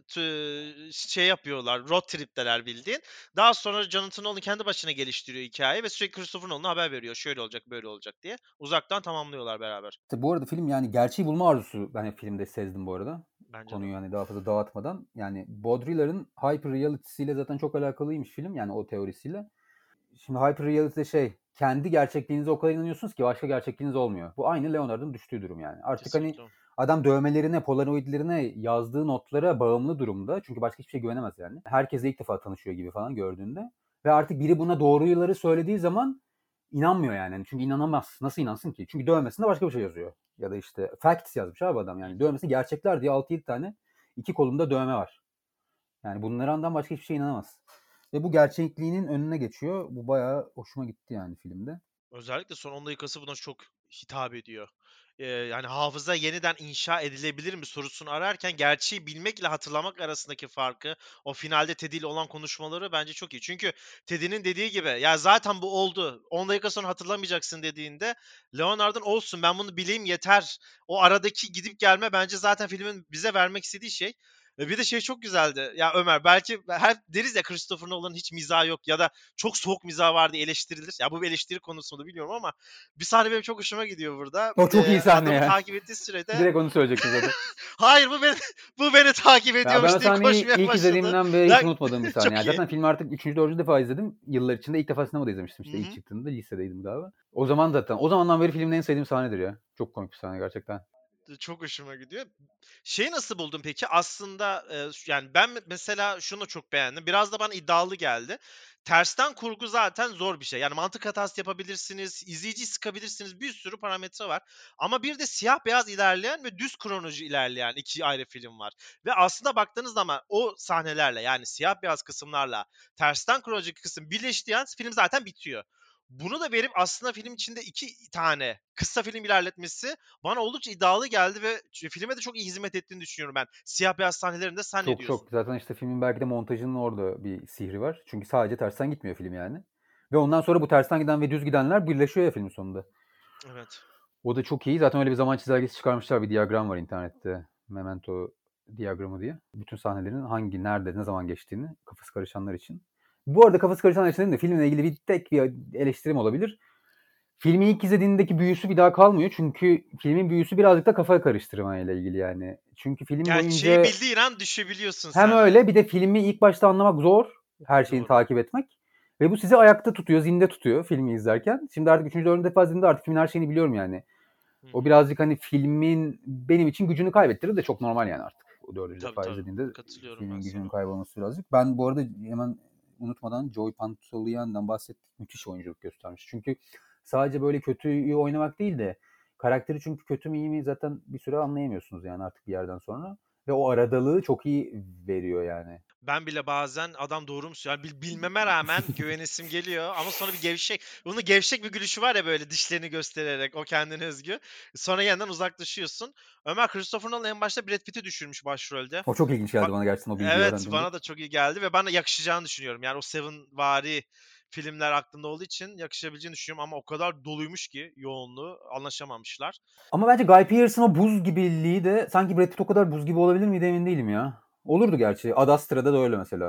B: şey yapıyorlar. Road trip'teler bildiğin. Daha sonra Jonathan Nolan kendi başına geliştiriyor hikayeyi ve sürekli Christopher Nolan'a haber veriyor. Şöyle olacak, böyle olacak diye. Uzaktan tamamlıyorlar beraber.
C: İşte bu arada film yani gerçeği bulma arzusu ben hep filmde sezdim bu arada.
B: Bence de.
C: Konuyu hani daha fazla dağıtmadan. Yani Baudrillard'ın hyper reality'siyle zaten çok alakalıymış film yani o teorisiyle. Şimdi hyper reality'de kendi gerçekliğinize o kadar inanıyorsunuz ki başka gerçekliğiniz olmuyor. Bu aynı Leonardo'nun düştüğü durum yani. Artık hani
B: Kesinlikle.
C: adam dövmelerine, polaroidlerine yazdığı notlara bağımlı durumda. Çünkü başka hiçbir şey güvenemez yani. Herkesle ilk defa tanışıyor gibi falan gördüğünde. Ve artık biri buna doğruları söylediği zaman inanmıyor yani. Çünkü inanamaz. Nasıl inansın ki? Çünkü dövmesinde başka bir şey yazıyor. Ya da işte facts yazmış abi adam yani. Dövmesi gerçekler diye 6-7 tane 2 kolunda dövme var. Yani bunlardan başka hiçbir şeye inanamaz. Ve bu gerçekliğinin önüne geçiyor. Bu bayağı hoşuma gitti yani filmde.
B: Özellikle son 10 dakikası buna çok hitap ediyor. Yani hafıza yeniden inşa edilebilir mi sorusunu ararken gerçeği bilmekle hatırlamak arasındaki farkı, o finalde Teddy ile olan konuşmaları bence çok iyi. Çünkü Teddy'nin dediği gibi ya zaten bu oldu. 10 dakika sonra hatırlamayacaksın dediğinde Leonard'ın olsun ben bunu bileyim yeter. O aradaki gidip gelme bence zaten filmin bize vermek istediği şey. Ve bir de şey çok güzeldi. Ya Ömer belki her deriz ya Christopher Nolan'ın hiç mizahı yok ya da çok soğuk mizah var diye eleştirilir. Ya bu bir eleştiri konusu mu bilmiyorum ama bir sahne benim çok hoşuma gidiyor burada.
C: O çok iyi sahne
B: Adamı
C: ya.
B: takip ettiği sürede
C: Direkt onu söyleyecektim zaten.
B: hayır bu beni takip
C: Ya ben
B: ediyormuş
C: o
B: diye
C: sahneyi
B: koşmaya
C: ilk
B: başladı.
C: izlediğimden beri hiç
B: Ya,
C: unutmadığım bir sahne. Yani
B: çok iyi.
C: zaten filmi artık 3. 4. defa izledim. Yıllar içinde ilk defa sinemada izlemiştim işte ilk
B: Hı-hı.
C: çıktığında. Lisedeydim galiba. O zamandan beri filmin en sevdiğim sahnedir ya. Çok komik bir sahne gerçekten.
B: Çok hoşuma gidiyor. Şeyi nasıl buldun peki? Aslında yani ben mesela şunu çok beğendim. Biraz da bana iddialı geldi. Tersten kurgu zaten zor bir şey. Yani mantık hatası yapabilirsiniz, izleyiciyi sıkabilirsiniz. Bir sürü parametre var. Ama bir de siyah beyaz ilerleyen ve düz kronoloji ilerleyen iki ayrı film var. Ve aslında baktığınız zaman o sahnelerle yani siyah beyaz kısımlarla tersten kronolojik kısım birleştiği an film zaten bitiyor. Bunu da verip aslında film içinde 2 tane kısa film ilerletmesi bana oldukça iddialı geldi ve filme de çok iyi hizmet ettiğini düşünüyorum ben. Siyah beyaz sahnelerinde sen ne
C: Çok
B: diyorsun?
C: çok. Zaten işte filmin belki de montajının orada bir sihri var. Çünkü sadece tersten gitmiyor film yani. Ve ondan sonra bu tersten giden ve düz gidenler birleşiyor ya filmin sonunda.
B: Evet.
C: O da çok iyi. Zaten öyle bir zaman çizelgesi çıkarmışlar. Bir diyagram var internette. Memento diyagramı diye. Bütün sahnelerin hangi, nerede, ne zaman geçtiğini kafası karışanlar için. Bu arada kafası karışanlar için de filmle ilgili tek bir eleştirim olabilir. Filmi ilk izlediğindeki büyüsü bir daha kalmıyor. Çünkü filmin büyüsü birazcık da kafaya karıştırmayla ilgili yani. Çünkü film
B: Gerçeği
C: boyunca
B: bildiğin an düşebiliyorsun
C: hem
B: sen de.
C: öyle bir de filmi ilk başta anlamak zor. Her şeyini
B: Doğru.
C: takip etmek. Ve bu sizi ayakta tutuyor, zinde tutuyor filmi izlerken. Şimdi artık 3. 4. defa izlediğimde artık filmin her şeyini biliyorum yani.
B: Hı
C: O
B: hı.
C: birazcık hani filmin benim için gücünü kaybettirir de çok normal yani artık. O 4.
B: Tabii
C: defa
B: tabii.
C: izlediğinde
B: Katılıyorum ben
C: filmin gücünün
B: sana.
C: kaybolması birazcık. Ben bu arada hemen unutmadan Joey Pantoliano'dan bahsettik. Müthiş oyunculuk göstermiş. Çünkü sadece böyle kötüyü oynamak değil de karakteri çünkü kötü mü iyi mi zaten bir süre anlayamıyorsunuz yani artık bir yerden sonra. Ve o aradalığı çok iyi veriyor yani.
B: Ben bile bazen adam doğru mu söylüyor? Yani bilmeme rağmen güvenesim geliyor ama sonra bir gevşek. Bunun gevşek bir gülüşü var ya böyle dişlerini göstererek o kendine özgü. Sonra yeniden uzaklaşıyorsun. Ömer Christopher Nolan en başta Brad Pitt'i düşürmüş başrolde.
C: O çok ilginç geldi bana gerçekten o bilgiyi
B: Evet
C: öğrendiğimde.
B: bana da çok iyi geldi ve bana yakışacağını düşünüyorum. Yani o Seven vari filmler aklında olduğu için yakışabileceğini düşünüyorum ama o kadar doluymuş ki yoğunluğu anlaşamamışlar.
C: Ama bence Guy Pearce'ın o buz gibiliği de sanki Brad Pitt o kadar buz gibi olabilir miydi emin değilim ya. Olurdu gerçi. Ad Astra'da da öyle mesela.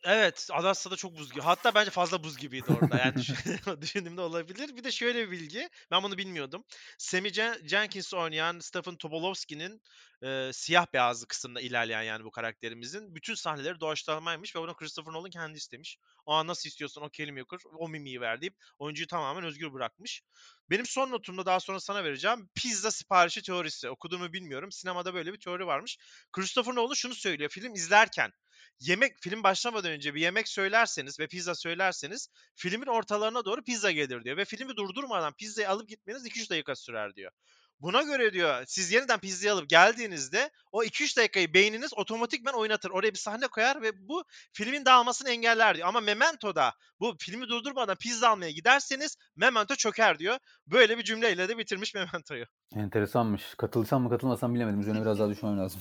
B: Evet, Alaska'da çok buz gibi. Hatta bence fazla buz gibiydi orada. Yani düşündüğümde olabilir. Bir de şöyle bir bilgi. Ben bunu bilmiyordum. Sammy Jenkins oynayan Stephen Tobolowsky'nin siyah beyazlı kısmında ilerleyen yani bu karakterimizin bütün sahneleri doğaçlamaymış ve bunu Christopher Nolan kendi istemiş. O an nasıl istiyorsan o kelimeyi kur, o mimiği ver deyip oyuncuyu tamamen özgür bırakmış. Benim son notumda daha sonra sana vereceğim. Pizza siparişi teorisi. Okuduğumu bilmiyorum. Sinemada böyle bir teori varmış. Christopher Nolan şunu söylüyor. Film izlerken film başlamadan önce bir yemek söylerseniz ve pizza söylerseniz filmin ortalarına doğru pizza gelir diyor. Ve filmi durdurmadan pizzayı alıp gitmeniz 2-3 dakika sürer diyor. Buna göre diyor siz yeniden pizzayı alıp geldiğinizde o 2-3 dakikayı beyniniz otomatikman oynatır. Oraya bir sahne koyar ve bu filmin dağılmasını engeller diyor. Ama Memento'da bu filmi durdurmadan pizza almaya giderseniz Memento çöker diyor. Böyle bir cümleyle de bitirmiş Memento'yu.
C: Enteresanmış. Katılsam mı katılmasam bilemedim. Üzerine biraz daha düşünmem lazım.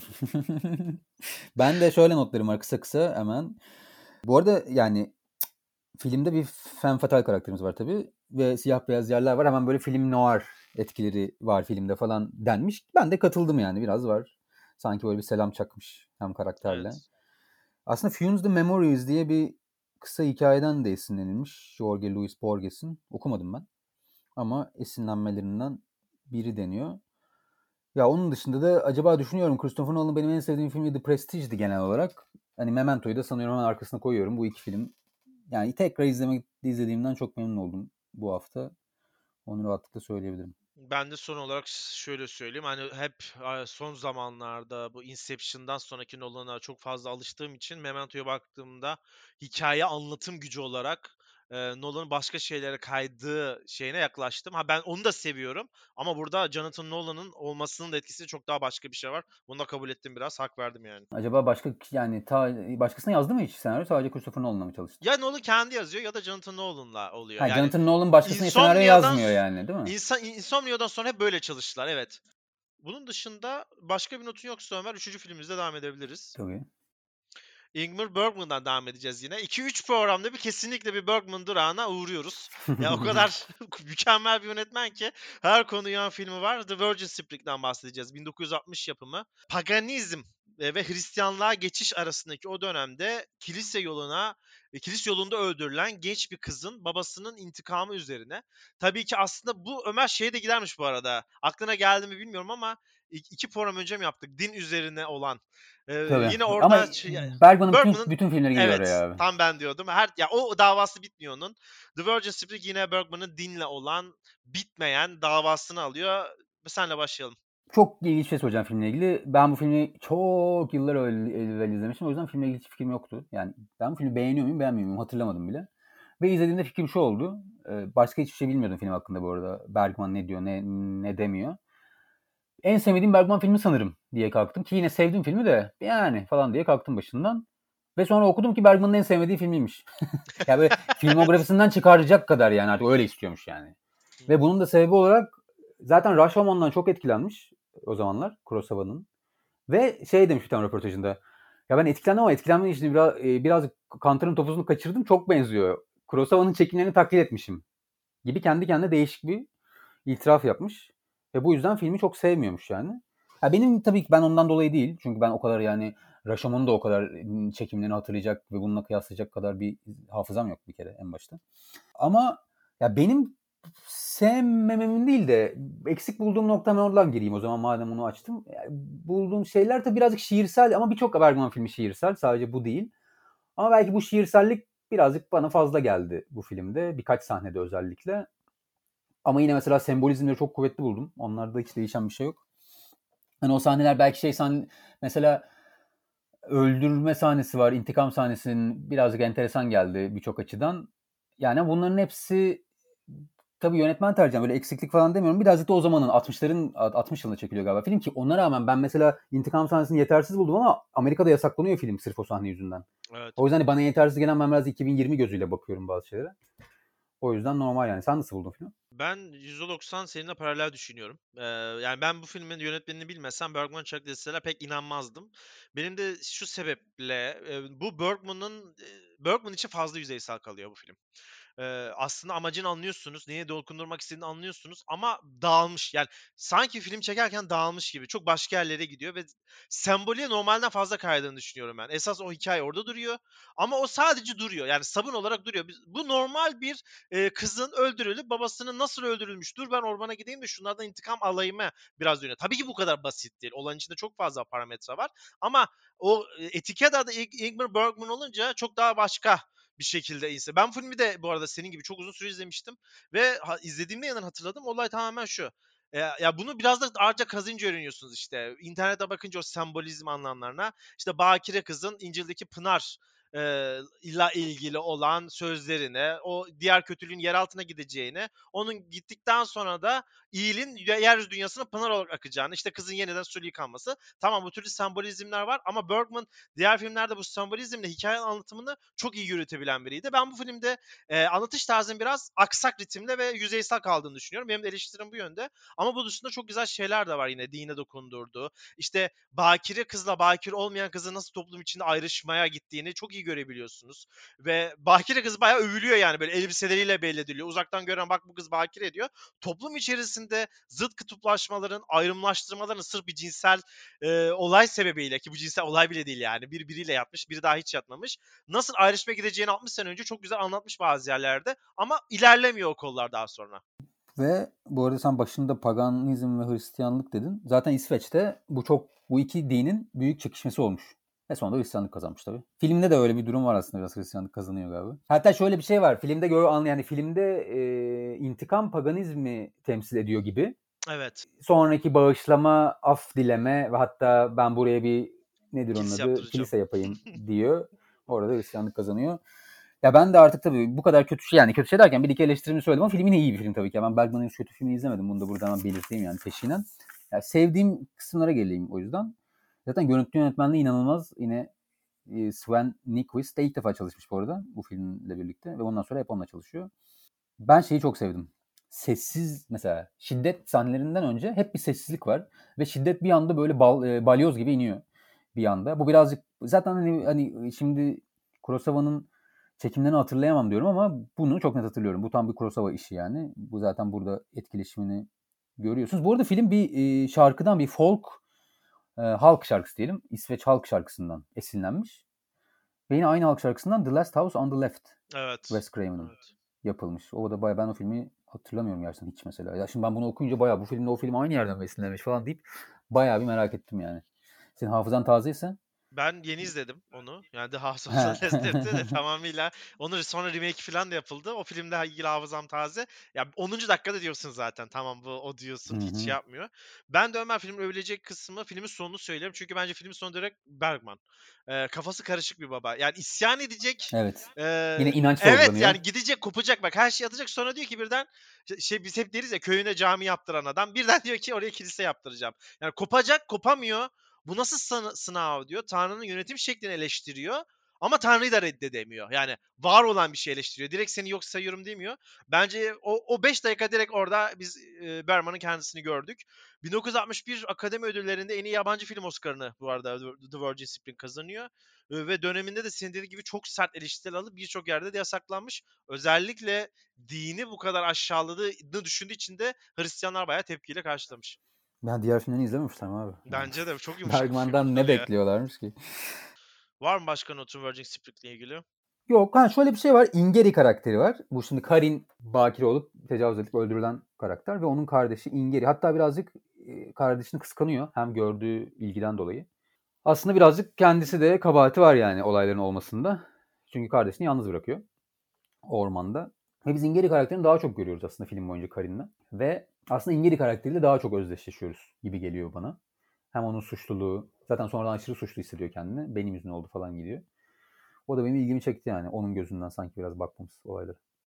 C: Ben de şöyle notlarım var kısa kısa hemen. Bu arada yani filmde bir femme fatale karakterimiz var tabii. Ve siyah beyaz yerler var. Hemen böyle film noir etkileri var filmde falan denmiş. Ben de katıldım yani biraz var. Sanki böyle bir selam çakmış hem karakterle.
B: Evet.
C: Aslında Funes the Memories diye bir kısa hikayeden de esinlenilmiş. Jorge Luis Borges'in. Okumadım ben. Ama esinlenmelerinden biri deniyor. Ya onun dışında da acaba düşünüyorum Christopher Nolan'ın benim en sevdiğim filmi The Prestige'di genel olarak. Hani Memento'yu da sanıyorum hemen arkasına koyuyorum. Bu iki film. Yani tekrar izlediğimden çok memnun oldum bu hafta. Onu rahatlıkla söyleyebilirim.
B: Ben de son olarak şöyle söyleyeyim. Hani hep son zamanlarda bu Inception'dan sonraki Nolan'a çok fazla alıştığım için Memento'ya baktığımda hikaye anlatım gücü olarak Nolan'ın başka şeylere kaydığı şeyine yaklaştım. Ha ben onu da seviyorum ama burada Jonathan Nolan'ın olmasının da etkisi çok daha başka bir şey var. Bunu da kabul ettim biraz. Hak verdim yani.
C: Acaba başkasına yazdı mı hiç senaryo? Sadece Christopher Nolan'la mı çalıştı?
B: Ya Nolan kendi yazıyor ya da Jonathan Nolan'la oluyor.
C: Ha,
B: Yani
C: Jonathan Nolan başkasına senaryo
B: Insomnia'dan
C: yazmıyor yani değil mi?
B: Insomnia'dan sonra hep böyle çalıştılar. Evet. Bunun dışında başka bir notun yoksa Ömer, 3. filmimizde devam edebiliriz.
C: Tabii.
B: Ingmar Bergman'dan devam edeceğiz yine. 2-3 programda bir kesinlikle bir Bergman durağına uğruyoruz. Ya o kadar mükemmel bir yönetmen ki her konu yan filmi var. The Virgin Spring'den bahsedeceğiz. 1960 yapımı. Paganizm ve Hristiyanlığa geçiş arasındaki o dönemde kilise yolunda öldürülen genç bir kızın babasının intikamı üzerine. Tabii ki aslında bu Ömer şeye de gidermiş bu arada. Aklına geldi mi bilmiyorum ama 2 program önce mi yaptık? Din üzerine olan.
C: Tabii.
B: Yine
C: Ama
B: orada
C: Bergman'ın
B: Bergman'ın
C: bütün filmleri geliyor
B: evet,
C: oraya abi.
B: tam ben diyordum. Ya o davası bitmiyor onun. The Virgin Spring yine Bergman'ın dinle olan bitmeyen davasını alıyor. Senle başlayalım.
C: Çok ilginç bir şey söyleyeceğim filmle ilgili. Ben bu filmi çok yıllar evvel izlemiştim. O yüzden filmle ilgili hiç fikrim yoktu. Yani ben bu filmi beğeniyor muyum, beğenmiyor muyum hatırlamadım bile. Ve izlediğimde fikrim şu oldu. Başka hiçbir şey bilmiyordum film hakkında bu arada. Bergman ne diyor, ne demiyor. En sevmediğim Bergman filmi sanırım diye kalktım. Ki yine sevdiğim filmi de yani falan diye kalktım başından. Ve sonra okudum ki Bergman'ın en sevmediği filmiymiş. Yani böyle filmografisinden çıkaracak kadar yani artık öyle istiyormuş yani. Ve bunun da sebebi olarak zaten Rashomon'dan çok etkilenmiş o zamanlar Kurosawa'nın. Ve şey demiş bir tane röportajında. Ya ben etkilendim ama etkilenmenin için biraz Kantar'ın topuzunu kaçırdım. Çok benziyor. Kurosawa'nın çekimlerini taklit etmişim. Gibi kendi kendine değişik bir itiraf yapmış. Ve bu yüzden filmi çok sevmiyormuş yani. Ya benim tabii ki ben ondan dolayı değil. Çünkü ben o kadar yani Rashomon'un da o kadar çekimlerini hatırlayacak ve bununla kıyaslayacak kadar bir hafızam yok bir kere en başta. Ama ya benim sevmememin değil de eksik bulduğum nokta ben oradan gireyim o zaman madem onu açtım. Yani bulduğum şeyler de birazcık şiirsel ama birçok Bergman filmi şiirsel. Sadece bu değil. Ama belki bu şiirsellik birazcık bana fazla geldi bu filmde. Birkaç sahnede özellikle. Ama yine mesela sembolizmleri çok kuvvetli buldum. Onlarda hiç değişen bir şey yok. Hani o sahneler belki mesela öldürme sahnesi var, intikam sahnesinin birazcık enteresan geldi birçok açıdan. Yani bunların hepsi tabii yönetmen tercihi böyle eksiklik falan demiyorum. Birazcık da o zamanın 60 yılında çekiliyor galiba film ki ona rağmen ben mesela intikam sahnesini yetersiz buldum ama Amerika'da yasaklanıyor film sırf o sahne yüzünden.
B: Evet.
C: O yüzden bana yetersiz gelen ben biraz 2020 gözüyle bakıyorum bazı şeylere. O yüzden normal yani. Sen nasıl buldun filmi?
B: Ben %90 seninle paralel düşünüyorum. Yani ben bu filmin yönetmenini bilmesem Bergman çak deseler pek inanmazdım. Benim de şu sebeple bu Bergman için fazla yüzeysel kalıyor bu film. Aslında amacını anlıyorsunuz. Neye dokundurmak istediğini anlıyorsunuz ama dağılmış. Yani sanki film çekerken dağılmış gibi. Çok başka yerlere gidiyor ve semboliğe normalden fazla kaydığını düşünüyorum ben. Esas o hikaye orada duruyor ama o sadece duruyor. Yani sabun olarak duruyor. Bu normal bir kızın öldürülüp babasının nasıl öldürülmüş? Dur ben ormana gideyim de şunlardan intikam alayım biraz dönüyor. Tabii ki bu kadar basit değil. Olan içinde çok fazla parametre var ama o etiket adı Ingmar Bergman olunca çok daha başka bir şekilde ise. Ben bu filmi de bu arada senin gibi çok uzun süre izlemiştim ve izlediğimde yanından hatırladım. Olay tamamen şu. Ya bunu biraz da ayrıca kazınca öğreniyorsunuz işte. İnternete bakınca o sembolizm anlamlarına. İşte Bakire kızın İncil'deki Pınar illa ilgili olan sözlerine, o diğer kötülüğün yer altına gideceğine, onun gittikten sonra da iyiliğin yeryüzü dünyasına pınar olarak akacağını, işte kızın yeniden suyla yıkanması. Tamam bu türlü sembolizmler var ama Bergman diğer filmlerde bu sembolizmle hikaye anlatımını çok iyi yürütebilen biriydi. Ben bu filmde anlatış tarzının biraz aksak ritimle ve yüzeysel kaldığını düşünüyorum. Benim de eleştirim bu yönde. Ama bu dışında çok güzel şeyler de var yine dine dokundurduğu. İşte bakire kızla bakire olmayan kızın nasıl toplum içinde ayrışmaya gittiğini çok iyi görebiliyorsunuz. Ve bakire kız bayağı övülüyor yani böyle elbiseleriyle belli ediliyor. Uzaktan gören bak bu kız bakire diyor. Toplum içerisinde zıt kutuplaşmaların, ayrımlaştırmaların sırf bir cinsel olay sebebiyle ki bu cinsel olay bile değil yani. Biriyle yatmış, biri daha hiç yatmamış. Nasıl ayrışmaya gideceğini 60 sene önce çok güzel anlatmış bazı yerlerde ama ilerlemiyor o kollar daha sonra.
C: Ve bu arada sen başında paganizm ve Hristiyanlık dedin. Zaten İsveç'te bu iki dinin büyük çekişmesi olmuş. Ve sonunda Hristiyanlık kazanmış tabii. Filmde de öyle bir durum var aslında, biraz Hristiyanlık kazanıyor galiba. Hatta şöyle bir şey var. Filmde yani filmde intikam paganizmi temsil ediyor gibi.
B: Evet.
C: Sonraki bağışlama, af dileme ve hatta ben buraya bir nedir onun adı? Kilise yapayım diyor. Orada Hristiyanlık kazanıyor. Ya ben de artık tabii bu kadar kötü şey, yani kötü şey derken bir iki eleştirimi söyledim ama filmin iyi bir film tabii ki. Ben Bergman'ın kötü filmini izlemedim. Bunu da buradan belirteyim yani peşinen. Ya sevdiğim kısımlara geleyim o yüzden. Zaten görüntü yönetmenliği inanılmaz. Yine Sven Nykvist de ilk defa çalışmış bu arada bu filmle birlikte ve ondan sonra hep onunla çalışıyor. Ben şeyi çok sevdim. Sessiz, mesela şiddet sahnelerinden önce hep bir sessizlik var ve şiddet bir anda böyle balyoz gibi iniyor bir anda. Bu birazcık zaten hani şimdi Kurosawa'nın çekimlerini hatırlayamam diyorum ama bunu çok net hatırlıyorum. Bu tam bir Kurosawa işi yani. Bu zaten burada etkileşimini görüyorsunuz. Bu arada film bir şarkıdan, bir folk halk şarkısı diyelim. İsveç halk şarkısından esinlenmiş. Ve yine aynı halk şarkısından The Last House on the Left.
B: Evet.
C: Wes Craven'ın yapılmış. O da bayağı, ben o filmi hatırlamıyorum gerçekten hiç mesela. Ya şimdi ben bunu okuyunca bayağı bu filmle o film aynı yerden esinlenmiş falan deyip bayağı bir merak ettim yani. Senin hafızan tazeyse?
B: Ben yeni izledim onu. Yani The House of the Left de tamamıyla. Onu sonra remake falan da yapıldı. O filmde ilgili hafızam taze. Ya 10. dakikada diyorsun zaten. Tamam bu o diyorsun. Hiç yapmıyor. Ben de Ömer filmin övülecek kısmı filmin sonunu söylüyorum. Çünkü bence filmin sonu direkt Bergman. Kafası karışık bir baba. Yani isyan edecek.
C: Evet. Yine inanç
B: evet
C: sorgulanıyor.
B: yani gidecek kopacak bak her şey atacak. Sonra diyor ki birden biz hep deriz ya köyüne cami yaptıran adam. Birden diyor ki oraya kilise yaptıracağım. Yani kopacak kopamıyor. Bu nasıl sınav diyor. Tanrı'nın yönetim şeklini eleştiriyor. Ama Tanrı'yı da reddedemiyor. Yani var olan bir şey eleştiriyor. Direkt seni yok sayıyorum demiyor. Bence o 5 dakika direkt orada biz Berman'ın kendisini gördük. 1961 Akademi Ödülleri'nde en iyi yabancı film Oscar'ını bu arada The Virgin Spring kazanıyor. Ve döneminde de senin dediğin gibi çok sert eleştiriler alıp birçok yerde de yasaklanmış. Özellikle dini bu kadar aşağıladığını düşündüğü için de Hristiyanlar bayağı tepkiyle karşılamış.
C: Ben diğer filmlerini izlememiştim abi.
B: Bence de çok yumuşak
C: Bergman'dan ne bekliyorlarmış ki?
B: Var mı başka notun Virgin Spring'le ilgili?
C: Yok. Şöyle bir şey var. Ingeri karakteri var. Bu şimdi Karin bakire olup tecavüz edilip öldürülen karakter ve onun kardeşi Ingeri. Hatta birazcık kardeşini kıskanıyor. Hem gördüğü ilgiden dolayı. Aslında birazcık kendisi de kabahati var yani olayların olmasında. Çünkü kardeşini yalnız bırakıyor ormanda. Ve biz Ingeri karakterini daha çok görüyoruz aslında film boyunca Karin'le. Ve aslında Ingeri karakteriyle daha çok özdeşleşiyoruz gibi geliyor bana. Hem onun suçluluğu, zaten sonradan aşırı suçlu hissediyor kendini. Benim yüzümden oldu falan gidiyor. O da benim ilgimi çekti yani. Onun gözünden sanki biraz bakmamız olaylara.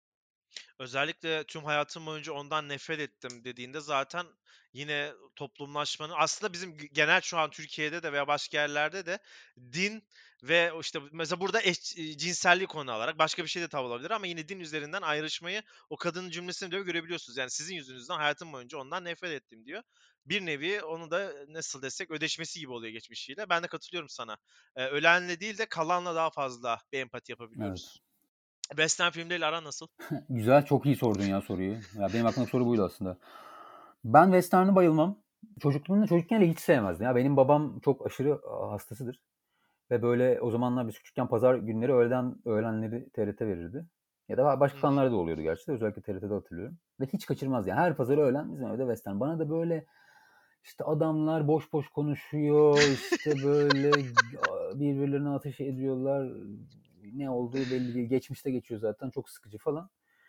B: Özellikle tüm hayatım boyunca ondan nefret ettim dediğinde zaten yine toplumlaşmanın aslında bizim genel şu an Türkiye'de de veya başka yerlerde de din ve işte mesela burada cinselliği konu alarak başka bir şey de tav olabilir ama yine din üzerinden ayrışmayı o kadının cümlesini de görebiliyorsunuz. Yani sizin yüzünüzden hayatım boyunca ondan nefret ettim diyor. Bir nevi onu da nasıl desek ödeşmesi gibi oluyor geçmişiyle. Ben de katılıyorum sana. Ölenle değil de kalanla daha fazla bir empati yapabiliyoruz.
C: Evet.
B: Western filmleriyle aran nasıl?
C: Güzel, çok iyi sordun ya soruyu. Ya benim aklımdaki soru buydu aslında. Ben Western'ı bayılmam. Çocukken de hiç sevmezdim. Ya benim babam çok aşırı hastasıdır. Ve böyle o zamanlar biz küçükken pazar günleri öğlenleri TRT verirdi. Ya da
B: Hı
C: başka
B: hı.
C: kanallarda da oluyordu gerçi de. Özellikle TRT'de hatırlıyorum. Ve hiç kaçırmaz yani. Her pazar öğlen bizim evde Western. Bana da böyle işte adamlar boş boş konuşuyor. İşte böyle birbirlerine ateş ediyorlar. Ne olduğu belli değil. Geçmişte geçiyor zaten. Çok sıkıcı falan.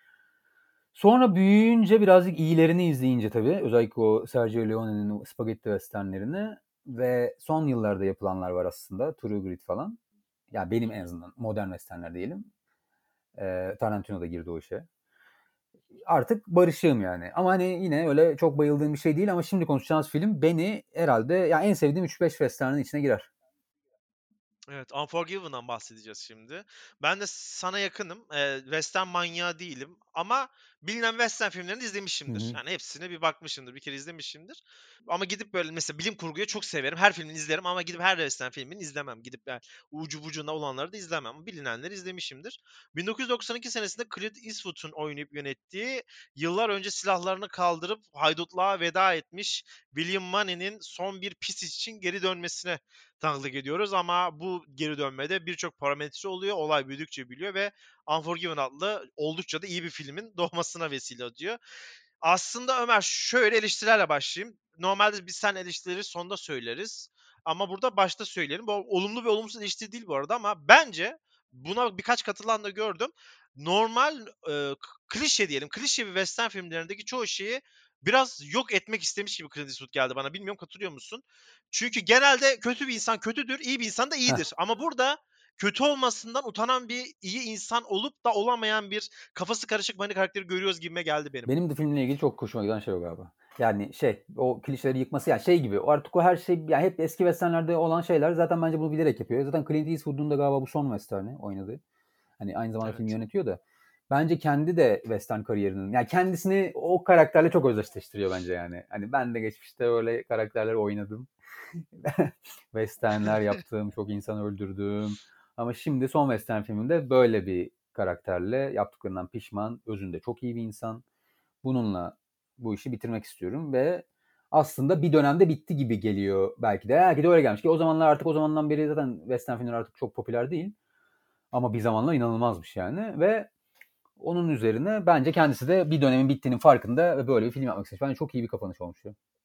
C: Sonra büyüyünce birazcık iyilerini izleyince tabii. Özellikle o Sergio Leone'nin o spagetti westernlerini ve son yıllarda yapılanlar var aslında. True Grit falan. Ya benim en azından modern westernler diyelim. Tarantino da girdi o işe. Artık barışığım yani. Ama hani yine öyle çok bayıldığım bir şey değil ama şimdi konuşacağımız film beni herhalde ya en sevdiğim 3-5 western'ın içine girer.
B: Evet, Unforgiven'dan bahsedeceğiz şimdi. Ben de sana yakınım. Western manyağı değilim ama bilinen Western filmlerini
C: Hı
B: izlemişimdir.
C: hı.
B: Yani hepsine bir bakmışımdır, bir kere izlemişimdir. Ama gidip böyle mesela bilim kurguyu çok severim. Her filmini izlerim ama gidip her Western filmini izlemem. Gidip yani ucu bucuna olanları da izlemem. Ama bilinenleri izlemişimdir. 1992 senesinde Clint Eastwood'un oynayıp yönettiği, yıllar önce silahlarını kaldırıp haydutluğa veda etmiş William Money'nin son bir pis için geri dönmesine tanıklık ediyoruz ama bu geri dönmede birçok parametre oluyor. Olay büyüdükçe büyüyor ve Unforgiven adlı oldukça da iyi bir filmin doğmasına vesile oluyor. Aslında Ömer şöyle eleştirilerle başlayayım. Normalde biz sen eleştirileri sonda söyleriz. Ama burada başta söyleyelim. Bu olumlu ve olumsuz eleştiri değil bu arada ama bence buna birkaç katılan da gördüm. Normal klişe diyelim. Klişe bir western filmlerindeki çoğu şeyi biraz yok etmek istemiş gibi Clint Eastwood geldi bana. Bilmiyorum katılıyor musun? Çünkü genelde kötü bir insan kötüdür, iyi bir insan da
C: Heh.
B: iyidir. Ama burada kötü olmasından utanan bir iyi insan olup da olamayan bir kafası karışık Manny karakteri görüyoruz gibime geldi benim.
C: Benim de filmle ilgili çok hoşuma giden şey o galiba. Yani o klişeleri yıkması yani şey gibi artık o her şey yani hep eski westernlerde olan şeyler zaten bence bunu bilerek yapıyor. Zaten Clint Eastwood'un da galiba bu son western'i oynadı. Hani aynı zamanda film
B: Evet.
C: yönetiyor da. Bence kendi de western kariyerinin yani kendisini o karakterle çok özdeşleştiriyor bence yani. Hani ben de geçmişte öyle karakterler oynadım. Westernler yaptım, çok insan öldürdüm. Ama şimdi son western filminde böyle bir karakterle yaptıklarından pişman, özünde çok iyi bir insan. Bununla bu işi bitirmek istiyorum ve aslında bir dönemde bitti gibi geliyor belki de. Belki de öyle gelmiş ki o zamanlar artık o zamandan beri zaten western filmler artık çok popüler değil. Ama bir zamanlar inanılmazmış yani ve onun üzerine bence kendisi de bir dönemin bittiğinin farkında ve böyle bir film yapmak istemiş. Bence çok iyi bir kapanış olmuş.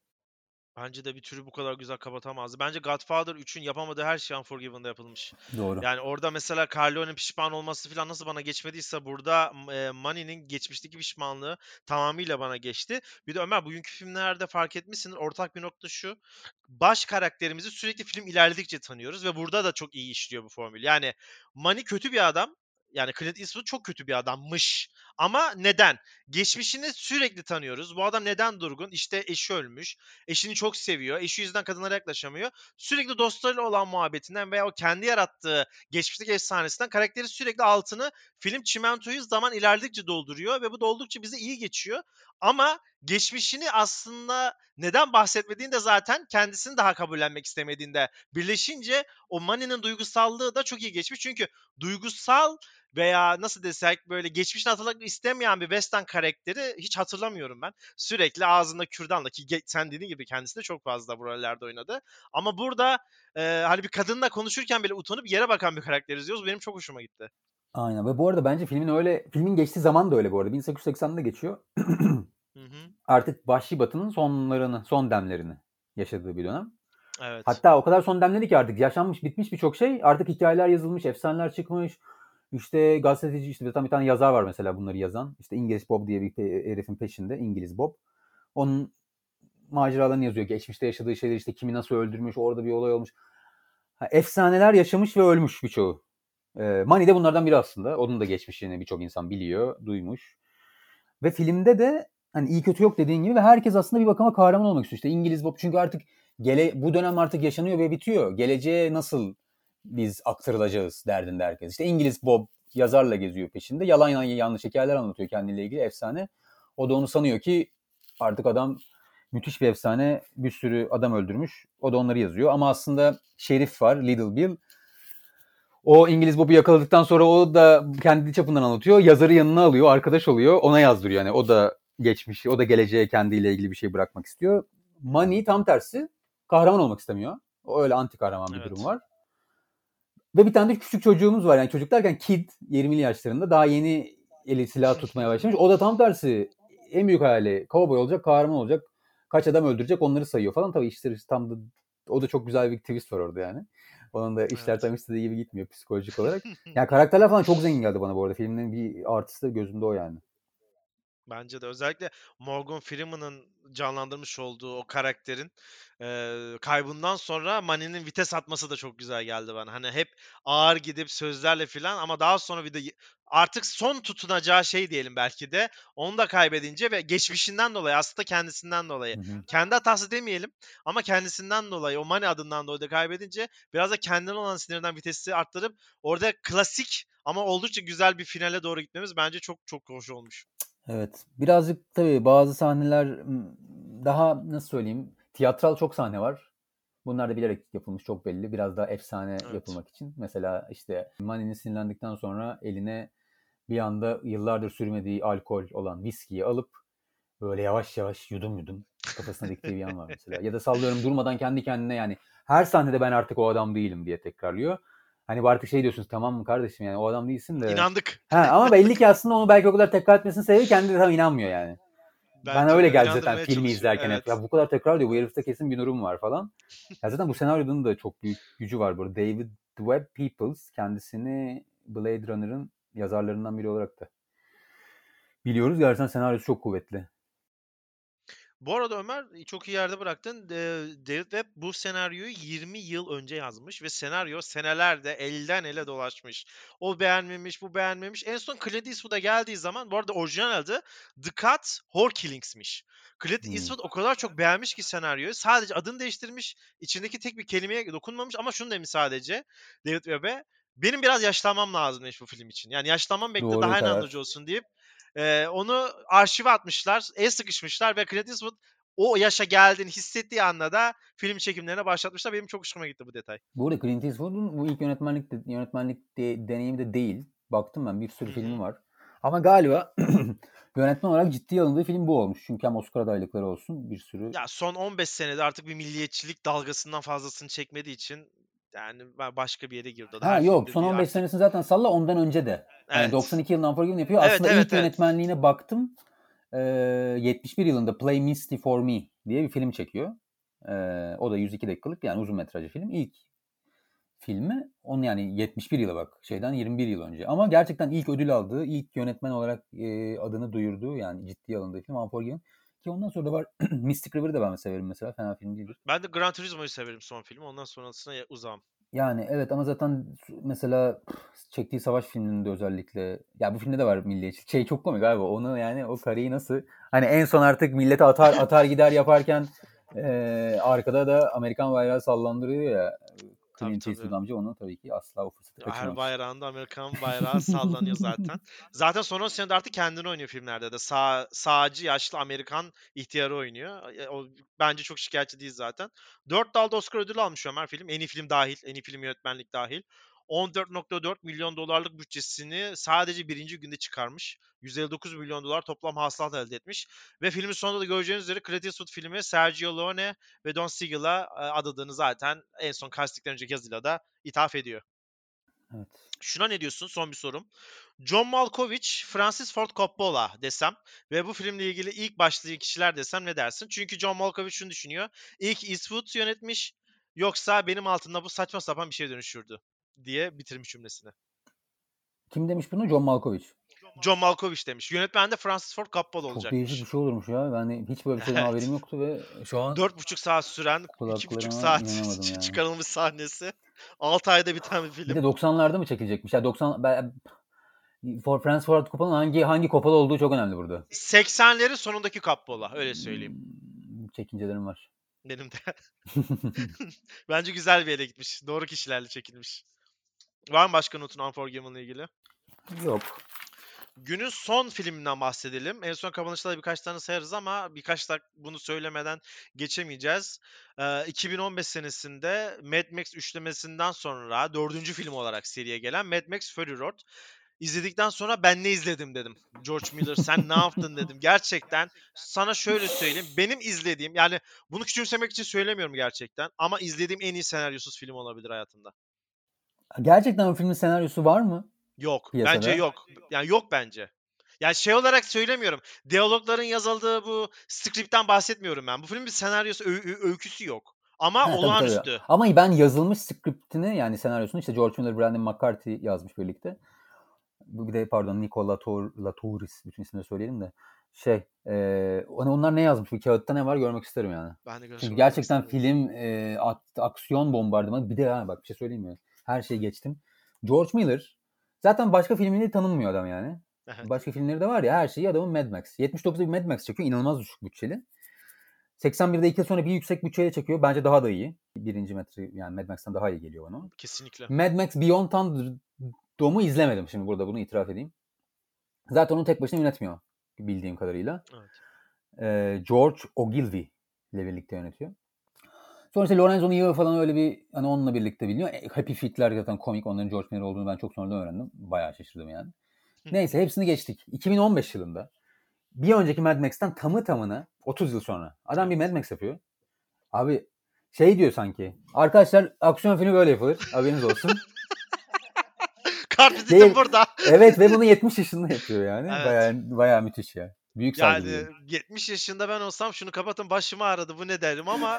B: Bence de bir türü bu kadar güzel kapatamazdı. Bence Godfather 3'ün yapamadığı her şey Unforgiven'da yapılmış.
C: Doğru.
B: Yani orada mesela Corleone'nin pişman olması falan nasıl bana geçmediyse burada Money'nin geçmişteki pişmanlığı tamamıyla bana geçti. Bir de Ömer bugünkü filmlerde fark etmişsindir. Ortak bir nokta şu. Baş karakterimizi sürekli film ilerledikçe tanıyoruz ve burada da çok iyi işliyor bu formül. Yani Money kötü bir adam. Yani Clint Eastwood çok kötü bir adammış. Ama neden? Geçmişini sürekli tanıyoruz. Bu adam neden durgun? İşte eşi ölmüş. Eşini çok seviyor. Eşi yüzünden kadınlara yaklaşamıyor. Sürekli dostlarıyla olan muhabbetinden veya o kendi yarattığı geçmişteki efsanesinden karakteri sürekli altını film çimentoyu zaman ilerledikçe dolduruyor ve bu doldukça bize iyi geçiyor. Ama geçmişini aslında neden bahsetmediğinde zaten kendisini daha kabullenmek istemediğinde birleşince o Manny'nin duygusallığı da çok iyi geçmiş. Çünkü duygusal veya nasıl desek böyle geçmişini hatırlamak istemeyen bir western karakteri hiç hatırlamıyorum ben. Sürekli ağzında kürdanla ki sen dediğin gibi kendisi de çok fazla bu rollerde oynadı. Ama burada hani bir kadınla konuşurken bile utanıp yere bakan bir karakter izliyoruz. Benim çok hoşuma gitti.
C: Aynen ve bu arada bence filmin geçtiği zaman da öyle bu arada. 1880'de geçiyor.
B: Hı hı.
C: Artık Vahşi Batı'nın son demlerini yaşadığı bir dönem.
B: Evet.
C: Hatta o kadar son demleri ki artık yaşanmış, bitmiş birçok şey. Artık hikayeler yazılmış, efsaneler çıkmış. İşte gazeteci, işte bir tane yazar var mesela bunları yazan. İşte İngiliz Bob diye bir herifin peşinde. İngiliz Bob. Onun maceralarını yazıyor. Geçmişte yaşadığı şeyler işte kimi nasıl öldürmüş, orada bir olay olmuş. Efsaneler yaşamış ve ölmüş birçoğu. Money de bunlardan biri aslında. Onun da geçmişini birçok insan biliyor, duymuş. Ve filmde de hani iyi kötü yok dediğin gibi ve herkes aslında bir bakıma kahraman olmak istiyor. İşte İngiliz Bob çünkü artık bu dönem artık yaşanıyor ve bitiyor. Geleceğe nasıl biz aktarılacağız derdinde herkes. İşte İngiliz Bob yazarla geziyor peşinde. Yalan yanlış hikayeler anlatıyor kendiyle ilgili efsane. O da onu sanıyor ki artık adam müthiş bir efsane, bir sürü adam öldürmüş. O da onları yazıyor ama aslında şerif var, Little Bill. O İngiliz Bob'u yakaladıktan sonra o da kendi çapından anlatıyor. Yazarı yanına alıyor, arkadaş oluyor. Ona yazdırıyor yani. O da geçmişi, o da geleceğe kendiyle ilgili bir şey bırakmak istiyor. Money tam tersi. Kahraman olmak istemiyor. O öyle anti kahraman bir durum
B: Evet.
C: var. Ve bir tane de küçük çocuğumuz var. Yani çocuk derken kid 20'li yaşlarında daha yeni eli silah tutmaya başlamış. O da tam tersi. En büyük hayali kovboy olacak, kahraman olacak. Kaç adam öldürecek onları sayıyor falan. Tabii işler tam da o da çok güzel bir twist var orada yani. Onun da işler tam
B: Evet.
C: istediği gibi gitmiyor psikolojik olarak. Yani karakterler falan çok zengin geldi bana bu arada. Filmin bir artısı da gözümde o yani.
B: Bence de özellikle Morgan Freeman'ın canlandırmış olduğu o karakterin kaybından sonra Manny'nin vites atması da çok güzel geldi bana. Hani hep ağır gidip sözlerle filan ama daha sonra bir de artık son tutunacağı şey diyelim belki de onu da kaybedince ve geçmişinden dolayı aslında kendisinden dolayı.
C: Hı hı.
B: Kendi hatası demeyelim ama kendisinden dolayı o Manny adından dolayı da kaybedince biraz da kendine olan sinirden vitesi arttırıp orada klasik ama oldukça güzel bir finale doğru gitmemiz bence çok çok hoş olmuş.
C: Evet. Birazcık tabii bazı sahneler daha nasıl söyleyeyim? Tiyatral çok sahne var. Bunlar da bilerek yapılmış çok belli. Biraz daha efsane
B: Evet.
C: yapılmak için. Mesela işte Manny'nin sinirlendikten sonra eline bir anda yıllardır sürmediği alkol olan viskiyi alıp böyle yavaş yavaş yudum yudum kafasına diktiği bir an var mesela. Ya da sallıyorum durmadan kendi kendine yani her sahnede ben artık o adam değilim diye tekrarlıyor. Hani bu artık şey diyorsunuz tamam mı kardeşim yani o adam değilsin de.
B: İnandık.
C: Ha, ama belli ki aslında onu belki o kadar tekrar etmesinin sebebi kendi de tam inanmıyor yani. Bana
B: Bence
C: öyle
B: de
C: geldi zaten
B: inandırmaya
C: filmi
B: çalışıyor.
C: izlerken hep.
B: Evet.
C: Ya bu kadar tekrar diyor bu herifte kesin bir durum var falan. Ya zaten bu senaryonun da çok büyük gücü var burada. David Webb Peoples kendisini Blade Runner'ın yazarlarından biri olarak da biliyoruz. Gerçekten senaryosu çok kuvvetli.
B: Bu arada Ömer çok iyi yerde bıraktın. David Webb bu senaryoyu 20 yıl önce yazmış ve senaryo senelerde elden ele dolaşmış. O beğenmemiş, bu beğenmemiş. En son Clint Eastwood'a geldiği zaman bu arada orijinal adı The Cut Whore Killings'miş. Clint Eastwood o kadar çok beğenmiş ki senaryoyu. Sadece adını değiştirmiş. İçindeki tek bir kelimeye dokunmamış ama şunu demiş sadece David Webb'e. Benim biraz yaşlanmam lazım bu film için. Yani yaşlanmam bekle
C: Doğru
B: daha
C: karar.
B: inandırıcı olsun deyip onu arşive atmışlar, el sıkışmışlar ve Clint Eastwood o yaşa geldiğini hissettiği anda da film çekimlerine başlatmışlar. Benim çok hoşuma gitti bu detay.
C: Bu arada Clint Eastwood'un bu ilk yönetmenlik deneyimi de değil. Baktım ben bir
B: Hı
C: sürü filmi
B: hı.
C: var. Ama galiba yönetmen olarak ciddiye alındığı film bu olmuş. Çünkü hem Oscar adaylıkları olsun bir sürü.
B: Ya son 15 senede artık bir milliyetçilik dalgasından fazlasını çekmediği için yani başka bir yere girdi o da
C: Ha
B: her
C: yok
B: filmde
C: son
B: değil
C: 15
B: artık.
C: senesini zaten salla ondan önce de. Hani
B: Evet.
C: 92 yılında Unforgiven yapıyor.
B: Evet,
C: Aslında ilk
B: evet, evet.
C: yönetmenliğine baktım. 71 yılında Play Misty for Me diye bir film çekiyor. O da 102 dakikalık yani uzun metrajlı film. İlk filmi onun yani 71 yıla bak şeyden 21 yıl önce. Ama gerçekten ilk ödül aldığı, ilk yönetmen olarak adını duyurduğu yani ciddiye alındığı film Unforgiven. Ki ondan sonra da var Mystic River'ı da ben severim mesela. Fena film değildir.
B: Ben de Gran Turismo'yu severim son filmi. Ondan sonrasına uzağım.
C: Yani evet ama zaten mesela çektiği savaş filminde özellikle ya bu filmde de var milliyetçilik. Şey çok komik abi onu yani o kareyi nasıl hani en son artık millete atar gider yaparken arkada da Amerikan bayrağı sallandırıyor ya
B: Tabii,
C: Clint
B: tabii.
C: Eastwood amca onu tabii ki asla o fırsatı
B: Her
C: kaçırmamış.
B: bayrağında Amerikan bayrağı sallanıyor zaten. Zaten son 10 senede artık kendini oynuyor filmlerde de. Sağcı yaşlı Amerikan ihtiyarı oynuyor. O bence çok şikayetçi değil zaten. 4 dalda Oscar ödülü almış Ömer film. En iyi film dahil. En iyi film yönetmenlik dahil. 14,4 milyon dolarlık bütçesini sadece birinci günde çıkarmış. 159 milyon dolar toplam hasılat elde etmiş. Ve filmin sonunda da göreceğiniz üzere Clint Eastwood filmi Sergio Leone ve Don Siegel'a adadığını zaten en son castingden önceki yazıyla da ithaf ediyor.
C: Evet.
B: Şuna ne diyorsun? Son bir sorum. John Malkovich, Francis Ford Coppola desem ve bu filmle ilgili ilk başlayan kişiler desem ne dersin? Çünkü John Malkovich şunu düşünüyor. İlk Eastwood yönetmiş yoksa benim altında bu saçma sapan bir şey dönüşürdü diye bitirmiş cümlesini.
C: Kim demiş bunu? John Malkovich.
B: John Malkovich demiş. Yönetmen de Francis Ford Coppola
C: Çok değişik bir
B: olacakmış.
C: şey olurmuş ya. Ben hiç böyle bir şeyden
B: Evet.
C: haberim yoktu ve şu an
B: 4,5 saat süren, 2,5
C: kulaklarıma
B: saat
C: inanamadım yani.
B: çıkarılmış sahnesi. 6 ayda biten bir
C: Bir de
B: film.
C: 90'larda mı çekilecekmiş? Ya 90 Francis Ford Coppola'nın hangi Coppola olduğu çok önemli burada.
B: 80'lerin sonundaki Coppola öyle söyleyeyim.
C: Çekincelerim var.
B: Benim de. Bence güzel bir yere gitmiş. Doğru kişilerle çekilmiş. Var mı başka notun Unforgiven'la ilgili?
C: Yok.
B: Günün son filminden bahsedelim. En son kapanışta da birkaç tane sayarız ama bunu söylemeden geçemeyeceğiz. 2015 senesinde Mad Max üçlemesinden sonra 4. film olarak seriye gelen Mad Max Fury Road. İzledikten sonra ben ne izledim dedim. George Miller sen ne yaptın dedim. Gerçekten sana şöyle söyleyeyim. Benim izlediğim, yani bunu küçümsemek için söylemiyorum gerçekten, ama izlediğim en iyi senaryosuz film olabilir hayatımda.
C: Gerçekten o filmin senaryosu var mı
B: Yok.
C: piyasada?
B: Bence yok. Yani yok bence. Yani şey olarak söylemiyorum. Diyalogların yazıldığı bu script'ten bahsetmiyorum ben. Bu filmin bir senaryosu, öyküsü yok. Ama
C: Tabii.
B: olağanüstü.
C: Ama ben yazılmış scriptini, yani senaryosunu işte George Miller, Brandon McCarthy yazmış birlikte. Bu bir de Nicola Latouris, bütün isimleri söyleyelim de. Onlar ne yazmış? Bir kağıtta ne var görmek isterim yani.
B: Ben de
C: Çünkü gerçekten film aksiyon bombardımanı. Bir de bak bir şey söyleyeyim mi? Her şeyi geçtim. George Miller zaten başka filmini tanınmıyor adam yani.
B: Evet.
C: Başka filmleri de var ya, her şeyi adamın Mad Max. 79'da bir Mad Max çekiyor. İnanılmaz düşük bütçeli. 81'de 2 yıl sonra bir yüksek bütçeyle çekiyor. Bence daha da iyi. Birinci metri yani Mad Max'tan daha iyi geliyor ona.
B: Kesinlikle.
C: Mad Max Beyond Thunderdom'u izlemedim, şimdi burada bunu itiraf edeyim. Zaten onu tek başına yönetmiyor bildiğim kadarıyla.
B: Evet.
C: George Ogilvy ile birlikte yönetiyor. Sonra işte Lorenzo Nero falan öyle bir hani onunla birlikte biliniyor. Happy Feet'ler zaten komik. Onların George Miller olduğunu ben çok sonradan öğrendim. Bayağı şaşırdım yani. Neyse hepsini geçtik. 2015 yılında bir önceki Mad Max'ten tamına 30 yıl sonra adam bir Mad Max yapıyor. Abi şey diyor sanki. Arkadaşlar aksiyon filmi böyle yapılır. Haberiniz olsun.
B: Kartvizitim burada.
C: Evet ve bunu 70 yaşında yapıyor yani.
B: Evet.
C: Bayağı müthiş ya. Büyük saygı
B: Yani
C: duyuyorum.
B: 70 yaşında ben olsam şunu kapatın başımı ağrıdı bu ne derim ama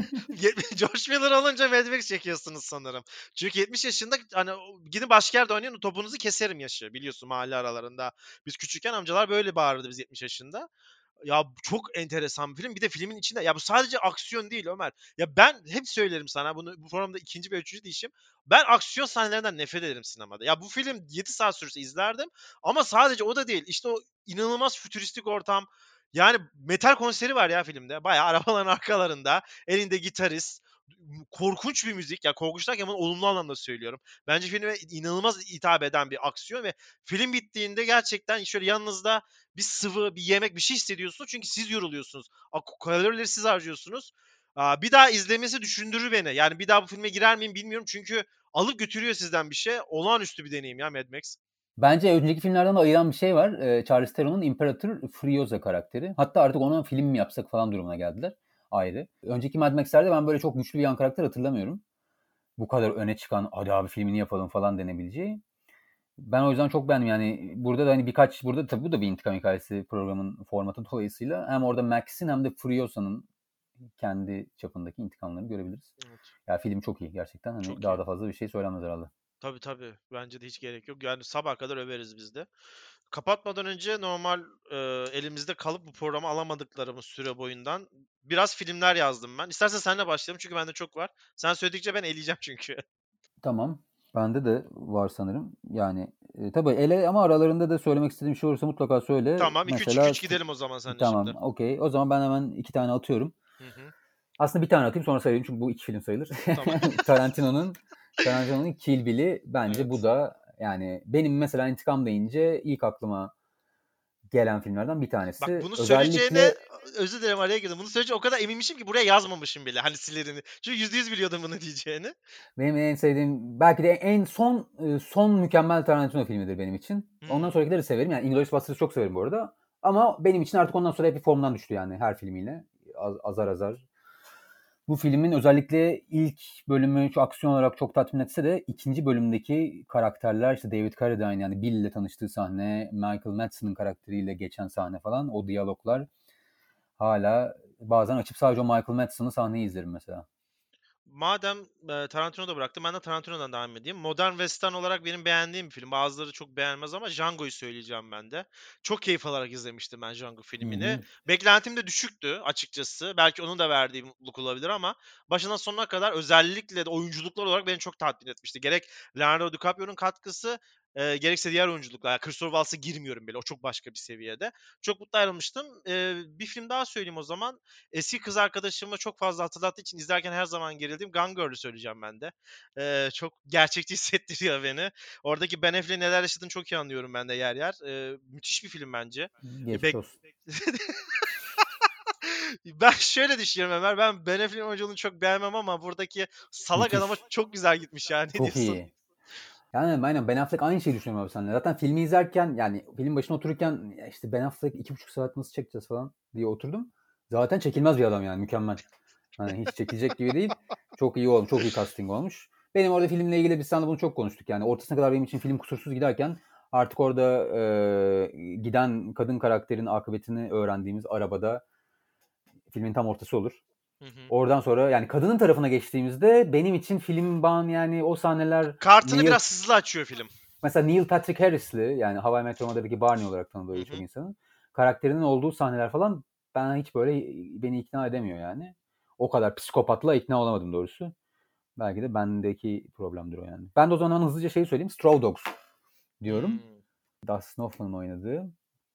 B: George Miller olunca Mad Max çekiyorsunuz sanırım. Çünkü 70 yaşında hani gidin başka yerde oynayın topunuzu keserim yaşı, biliyorsun mahalle aralarında. Biz küçükken amcalar böyle bağırırdı biz 70 yaşında. Ya çok enteresan bir film. Bir de filmin içinde ya bu sadece aksiyon değil Ömer. Ya ben hep söylerim sana bunu, bu programda ikinci ve üçüncü diyişim. Ben aksiyon sahnelerinden nefret ederim sinemada. Ya bu film 7 saat sürse izlerdim ama sadece o da değil. İşte o inanılmaz fütüristik ortam. Yani metal konseri var ya filmde. Bayağı arabaların arkalarında. Elinde gitarist. Korkunç bir müzik. Ya korkunç derken bunu olumlu anlamda söylüyorum. Bence filme inanılmaz hitap eden bir aksiyon ve film bittiğinde gerçekten şöyle yanınızda bir sıvı, bir yemek, bir şey hissediyorsunuz. Çünkü siz yoruluyorsunuz. Kalorileri siz harcıyorsunuz. Bir daha izlemesi düşündürür beni. Yani bir daha bu filme girer miyim bilmiyorum. Çünkü alıp götürüyor sizden bir şey. Olağanüstü bir deneyim ya Mad Max.
C: Bence önceki filmlerden de ayıran bir şey var. Charlize Theron'un İmparator Furiosa karakteri. Hatta artık ona film mi yapsak falan durumuna geldiler. Ayrı. Önceki Mad Max'lerde ben böyle çok güçlü bir yan karakter hatırlamıyorum. Bu kadar öne çıkan, hadi abi filmini yapalım falan denebileceği. Ben o yüzden çok beğendim yani. Burada da hani burada tabii bu da bir intikam hikayesi programın formatı dolayısıyla hem orada Max'in hem de Furiosa'nın kendi çapındaki intikamlarını görebiliriz.
B: Evet.
C: Ya film çok iyi gerçekten. Hani
B: Çok
C: daha
B: iyi.
C: da fazla bir şey söylenmez herhalde.
B: Tabii. Bence de hiç gerek yok. Yani sabah kadar överiz biz de. Kapatmadan önce normal elimizde kalıp bu programı alamadıklarımız süre boyundan biraz filmler yazdım ben. İstersen seninle başlayalım çünkü bende çok var. Sen söyledikçe ben eleyeceğim çünkü.
C: Tamam. Bende de var sanırım. Yani tabii ele ama aralarında da söylemek istediğim şey olursa mutlaka söyle.
B: Tamam 2-3
C: Mesela
B: gidelim o zaman seninle
C: tamam,
B: şimdi.
C: okey. O zaman ben hemen 2 tane atıyorum.
B: Hı.
C: Aslında bir tane atayım sonra sayayım çünkü bu 2 film sayılır.
B: Tamam.
C: Tarantino'nun Kill Bill'i bence
B: Evet.
C: bu da yani benim mesela intikam deyince ilk aklıma gelen filmlerden bir tanesi.
B: Bak bunu söyleyeceğine
C: Özellikle
B: özür dilerim araya girdim. Bunu söyleyeceğine o kadar eminmişim ki buraya yazmamışım bile hani sillerini. Çünkü %100 biliyordum bunu diyeceğini.
C: benim en sevdiğim belki de en son mükemmel Tarantino filmidir benim için. Ondan sonrakileri severim. Yani Inglourious Basterds'ı çok severim bu arada. Ama benim için artık ondan sonra hep bir formdan düştü yani her filmiyle. Azar azar. Bu filmin özellikle ilk bölümü şu aksiyon olarak çok tatmin etse de ikinci bölümdeki karakterler işte David Carradine yani Bill ile tanıştığı sahne, Michael Madsen'ın karakteriyle geçen sahne falan o diyaloglar hala bazen açıp sadece o Michael Madsen'ın sahneyi izlerim mesela.
B: Madem Tarantino'da bıraktım ben de Tarantino'dan devam edeyim. Modern Western olarak benim beğendiğim bir film. Bazıları çok beğenmez ama Django'yu söyleyeceğim ben de. Çok keyif alarak izlemiştim ben Django filmini. Beklentim de düşüktü açıkçası. Belki onun da verdiği mutluluk olabilir ama başından sonuna kadar özellikle de oyunculuklar olarak beni çok tatmin etmişti. Gerek Leonardo DiCaprio'nun katkısı gerekse diğer oyunculuklar. Christopher Waltz'a girmiyorum bile. O çok başka bir seviyede. Çok mutlu ayrılmıştım. Bir film daha söyleyeyim o zaman. Eski kız arkadaşımı çok fazla hatırlattığı için izlerken her zaman gerildim. Gone Girl'ü söyleyeceğim ben de. Çok gerçekçi hissettiriyor beni. Oradaki Ben Affleck'in neler yaşadığını çok iyi anlıyorum ben de yer yer. Müthiş bir film bence.
C: Geçmiş olsun.
B: Ben şöyle düşünüyorum Ömer. Ben Ben Affleck'in oyunculuğunu çok beğenmem ama buradaki salak adama
C: Müthiş.
B: çok güzel gitmiş yani. Ne
C: Çok
B: diyorsun?
C: iyi. Yani aynen Ben Affleck aynı şeyi düşünüyorum abi seninle. Zaten filmi izlerken yani film başına otururken ya işte Ben Affleck 2,5 saat nasıl çekeceğiz falan diye oturdum. Zaten çekilmez bir adam yani mükemmel. Hani hiç çekilecek gibi değil. Çok iyi olmuş. Çok iyi casting olmuş. Benim orada filmle ilgili biz seninle bunu çok konuştuk yani. Ortasına kadar benim için film kusursuz giderken artık orada giden kadın karakterin akıbetini öğrendiğimiz arabada filmin tam ortası olur.
B: Hı hı.
C: Oradan sonra yani kadının tarafına geçtiğimizde benim için film bağın yani o sahneler
B: Kartını biraz hızlı açıyor film.
C: mesela Neil Patrick Harris'li yani How I Met Your Mother'daki Barney olarak tanıdığı birçok insanın karakterinin olduğu sahneler falan ben hiç böyle beni ikna edemiyor yani. O kadar psikopatla ikna olamadım doğrusu. Belki de bendeki problemdir o yani. Ben de o zaman hızlıca şeyi söyleyeyim. Straw Dogs diyorum. Dustin Hoffman'ın oynadığı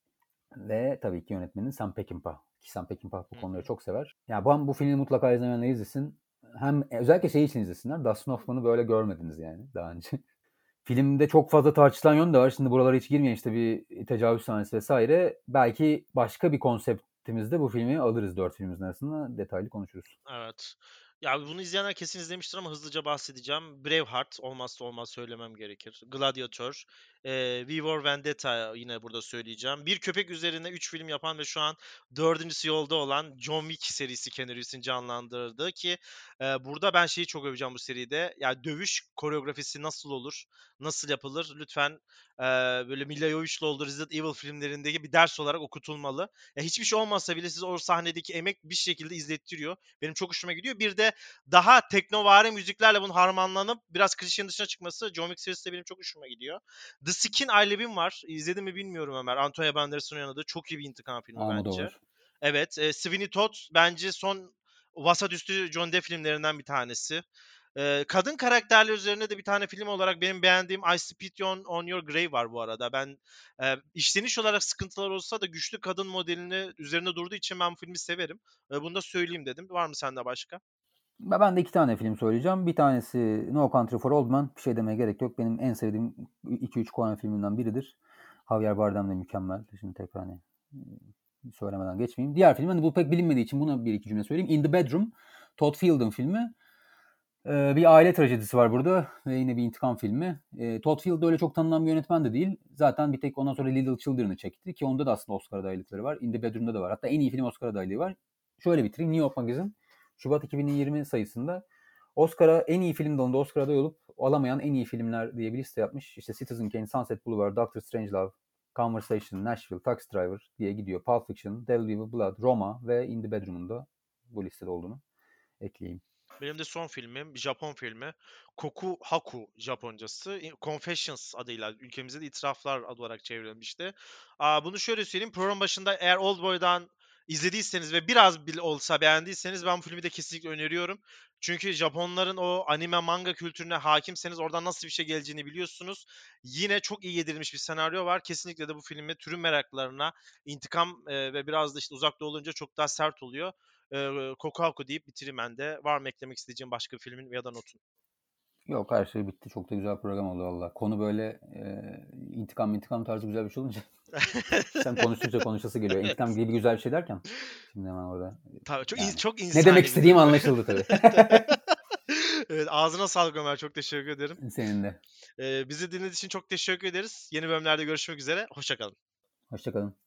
C: ve tabii ki yönetmenin Sam Peckinpah. Ki Sam Peckinpah bu konuları çok sever. Ya bu filmi mutlaka izlemeyenler izlesin. Hem özellikle şey için izlesinler. Dustin Hoffman'ı böyle görmediniz yani daha önce. Filmde çok fazla tartışılan yön de var. Şimdi buralara hiç girmeyen işte bir tecavüz sahnesi vesaire. Belki başka bir konseptimizde bu filmi alırız 4 filmimizin arasında. Detaylı konuşuruz.
B: Evet. Ya bunu izleyenler kesin izlemiştir ama hızlıca bahsedeceğim. Braveheart olmazsa olmaz söylemem gerekir. Gladiator, V for Vendetta yine burada söyleyeceğim. Bir köpek üzerine 3 film yapan ve şu an 4.'sü yolda olan John Wick serisi Keanu Reeves'in canlandırdığı ki burada ben şeyi çok öveceğim bu seride. Yani dövüş koreografisi nasıl olur, nasıl yapılır lütfen böyle Milla Jovovich'le olduğu Resident Evil filmlerindeki bir ders olarak okutulmalı. Ya hiçbir şey olmasa bile size o sahnedeki emek bir şekilde izlettiriyor. Benim çok hoşuma gidiyor. Bir de daha teknovari müziklerle bunun harmanlanıp biraz klişenin dışına çıkması John Wick serisi de benim çok hoşuma gidiyor. The Skin I Live'in var. İzledin mi bilmiyorum Ömer. Antonio Banderas'ın oynadığı çok iyi bir intikam filmi bence.
C: Var.
B: Evet. Sweeney Todd bence son vasat üstü John Depp filmlerinden bir tanesi. Kadın karakterler üzerine de bir tane film olarak benim beğendiğim I Spit on Your Grave var bu arada. Ben işleniş olarak sıkıntılar olsa da güçlü kadın modelini üzerine durduğu için ben bu filmi severim. Bunu da söyleyeyim dedim. Var mı sende başka?
C: Ben de 2 tane film söyleyeceğim. Bir tanesi No Country for Old Men. Bir şey demeye gerek yok. Benim en sevdiğim 2-3 Coen filminden biridir. Javier Bardem de mükemmel. Şimdi tekrar hani söylemeden geçmeyeyim. Diğer film hani bu pek bilinmediği için buna bir iki cümle söyleyeyim. In the Bedroom. Todd Field'ın filmi. Bir aile trajedisi var burada ve yine bir intikam filmi. Todd Field öyle çok tanınan bir yönetmen de değil. Zaten bir tek ondan sonra Little Children'ı çekti ki onda da aslında Oscar adaylıkları var. In the Bedroom'da da var. Hatta en iyi film Oscar adaylığı var. Şöyle bitireyim. New York Magazine Şubat 2020 sayısında Oscar'a en iyi film dalında Oscar aday olup alamayan en iyi filmler diye bir liste yapmış. İşte Citizen Kane, Sunset Boulevard, Doctor Strangelove, Conversation, Nashville, Taxi Driver diye gidiyor. Pulp Fiction, Devil Wears Blood, Roma ve In the Bedroom'un da bu listede olduğunu ekleyeyim.
B: Benim de son filmim Japon filmi. Koku Haku Japoncası. Confessions adıyla ülkemizde de itiraflar adı olarak çevrilmişti. Bunu şöyle söyleyeyim. Program başında eğer Oldboy'dan izlediyseniz ve biraz bile olsa beğendiyseniz ben bu filmi de kesinlikle öneriyorum. Çünkü Japonların o anime manga kültürüne hakimseniz oradan nasıl bir şey geleceğini biliyorsunuz. Yine çok iyi yedirilmiş bir senaryo var. Kesinlikle de bu filmi türün meraklarına intikam ve biraz da işte uzak doğu olunca çok daha sert oluyor. Koku deyip bitireyim ben de. Var mı eklemek isteyeceğim başka bir filmin ya da notun?
C: Yok her şey bitti. Çok da güzel program oldu valla. Konu böyle intikam tarzı güzel bir şey olunca sen konuştukça konuşası geliyor. İntikam gibi güzel bir şey derken şimdi hemen orada
B: Tabii, çok,
C: yani.
B: çok
C: Ne
B: insani
C: demek
B: bir
C: istediğim
B: film.
C: anlaşıldı tabii.
B: Evet, ağzına sağlık Ömer. Çok teşekkür ederim.
C: Senin de.
B: Bizi dinlediğiniz için çok teşekkür ederiz. Yeni bölümlerde görüşmek üzere. Hoşça kalın.
C: Hoşça kalın.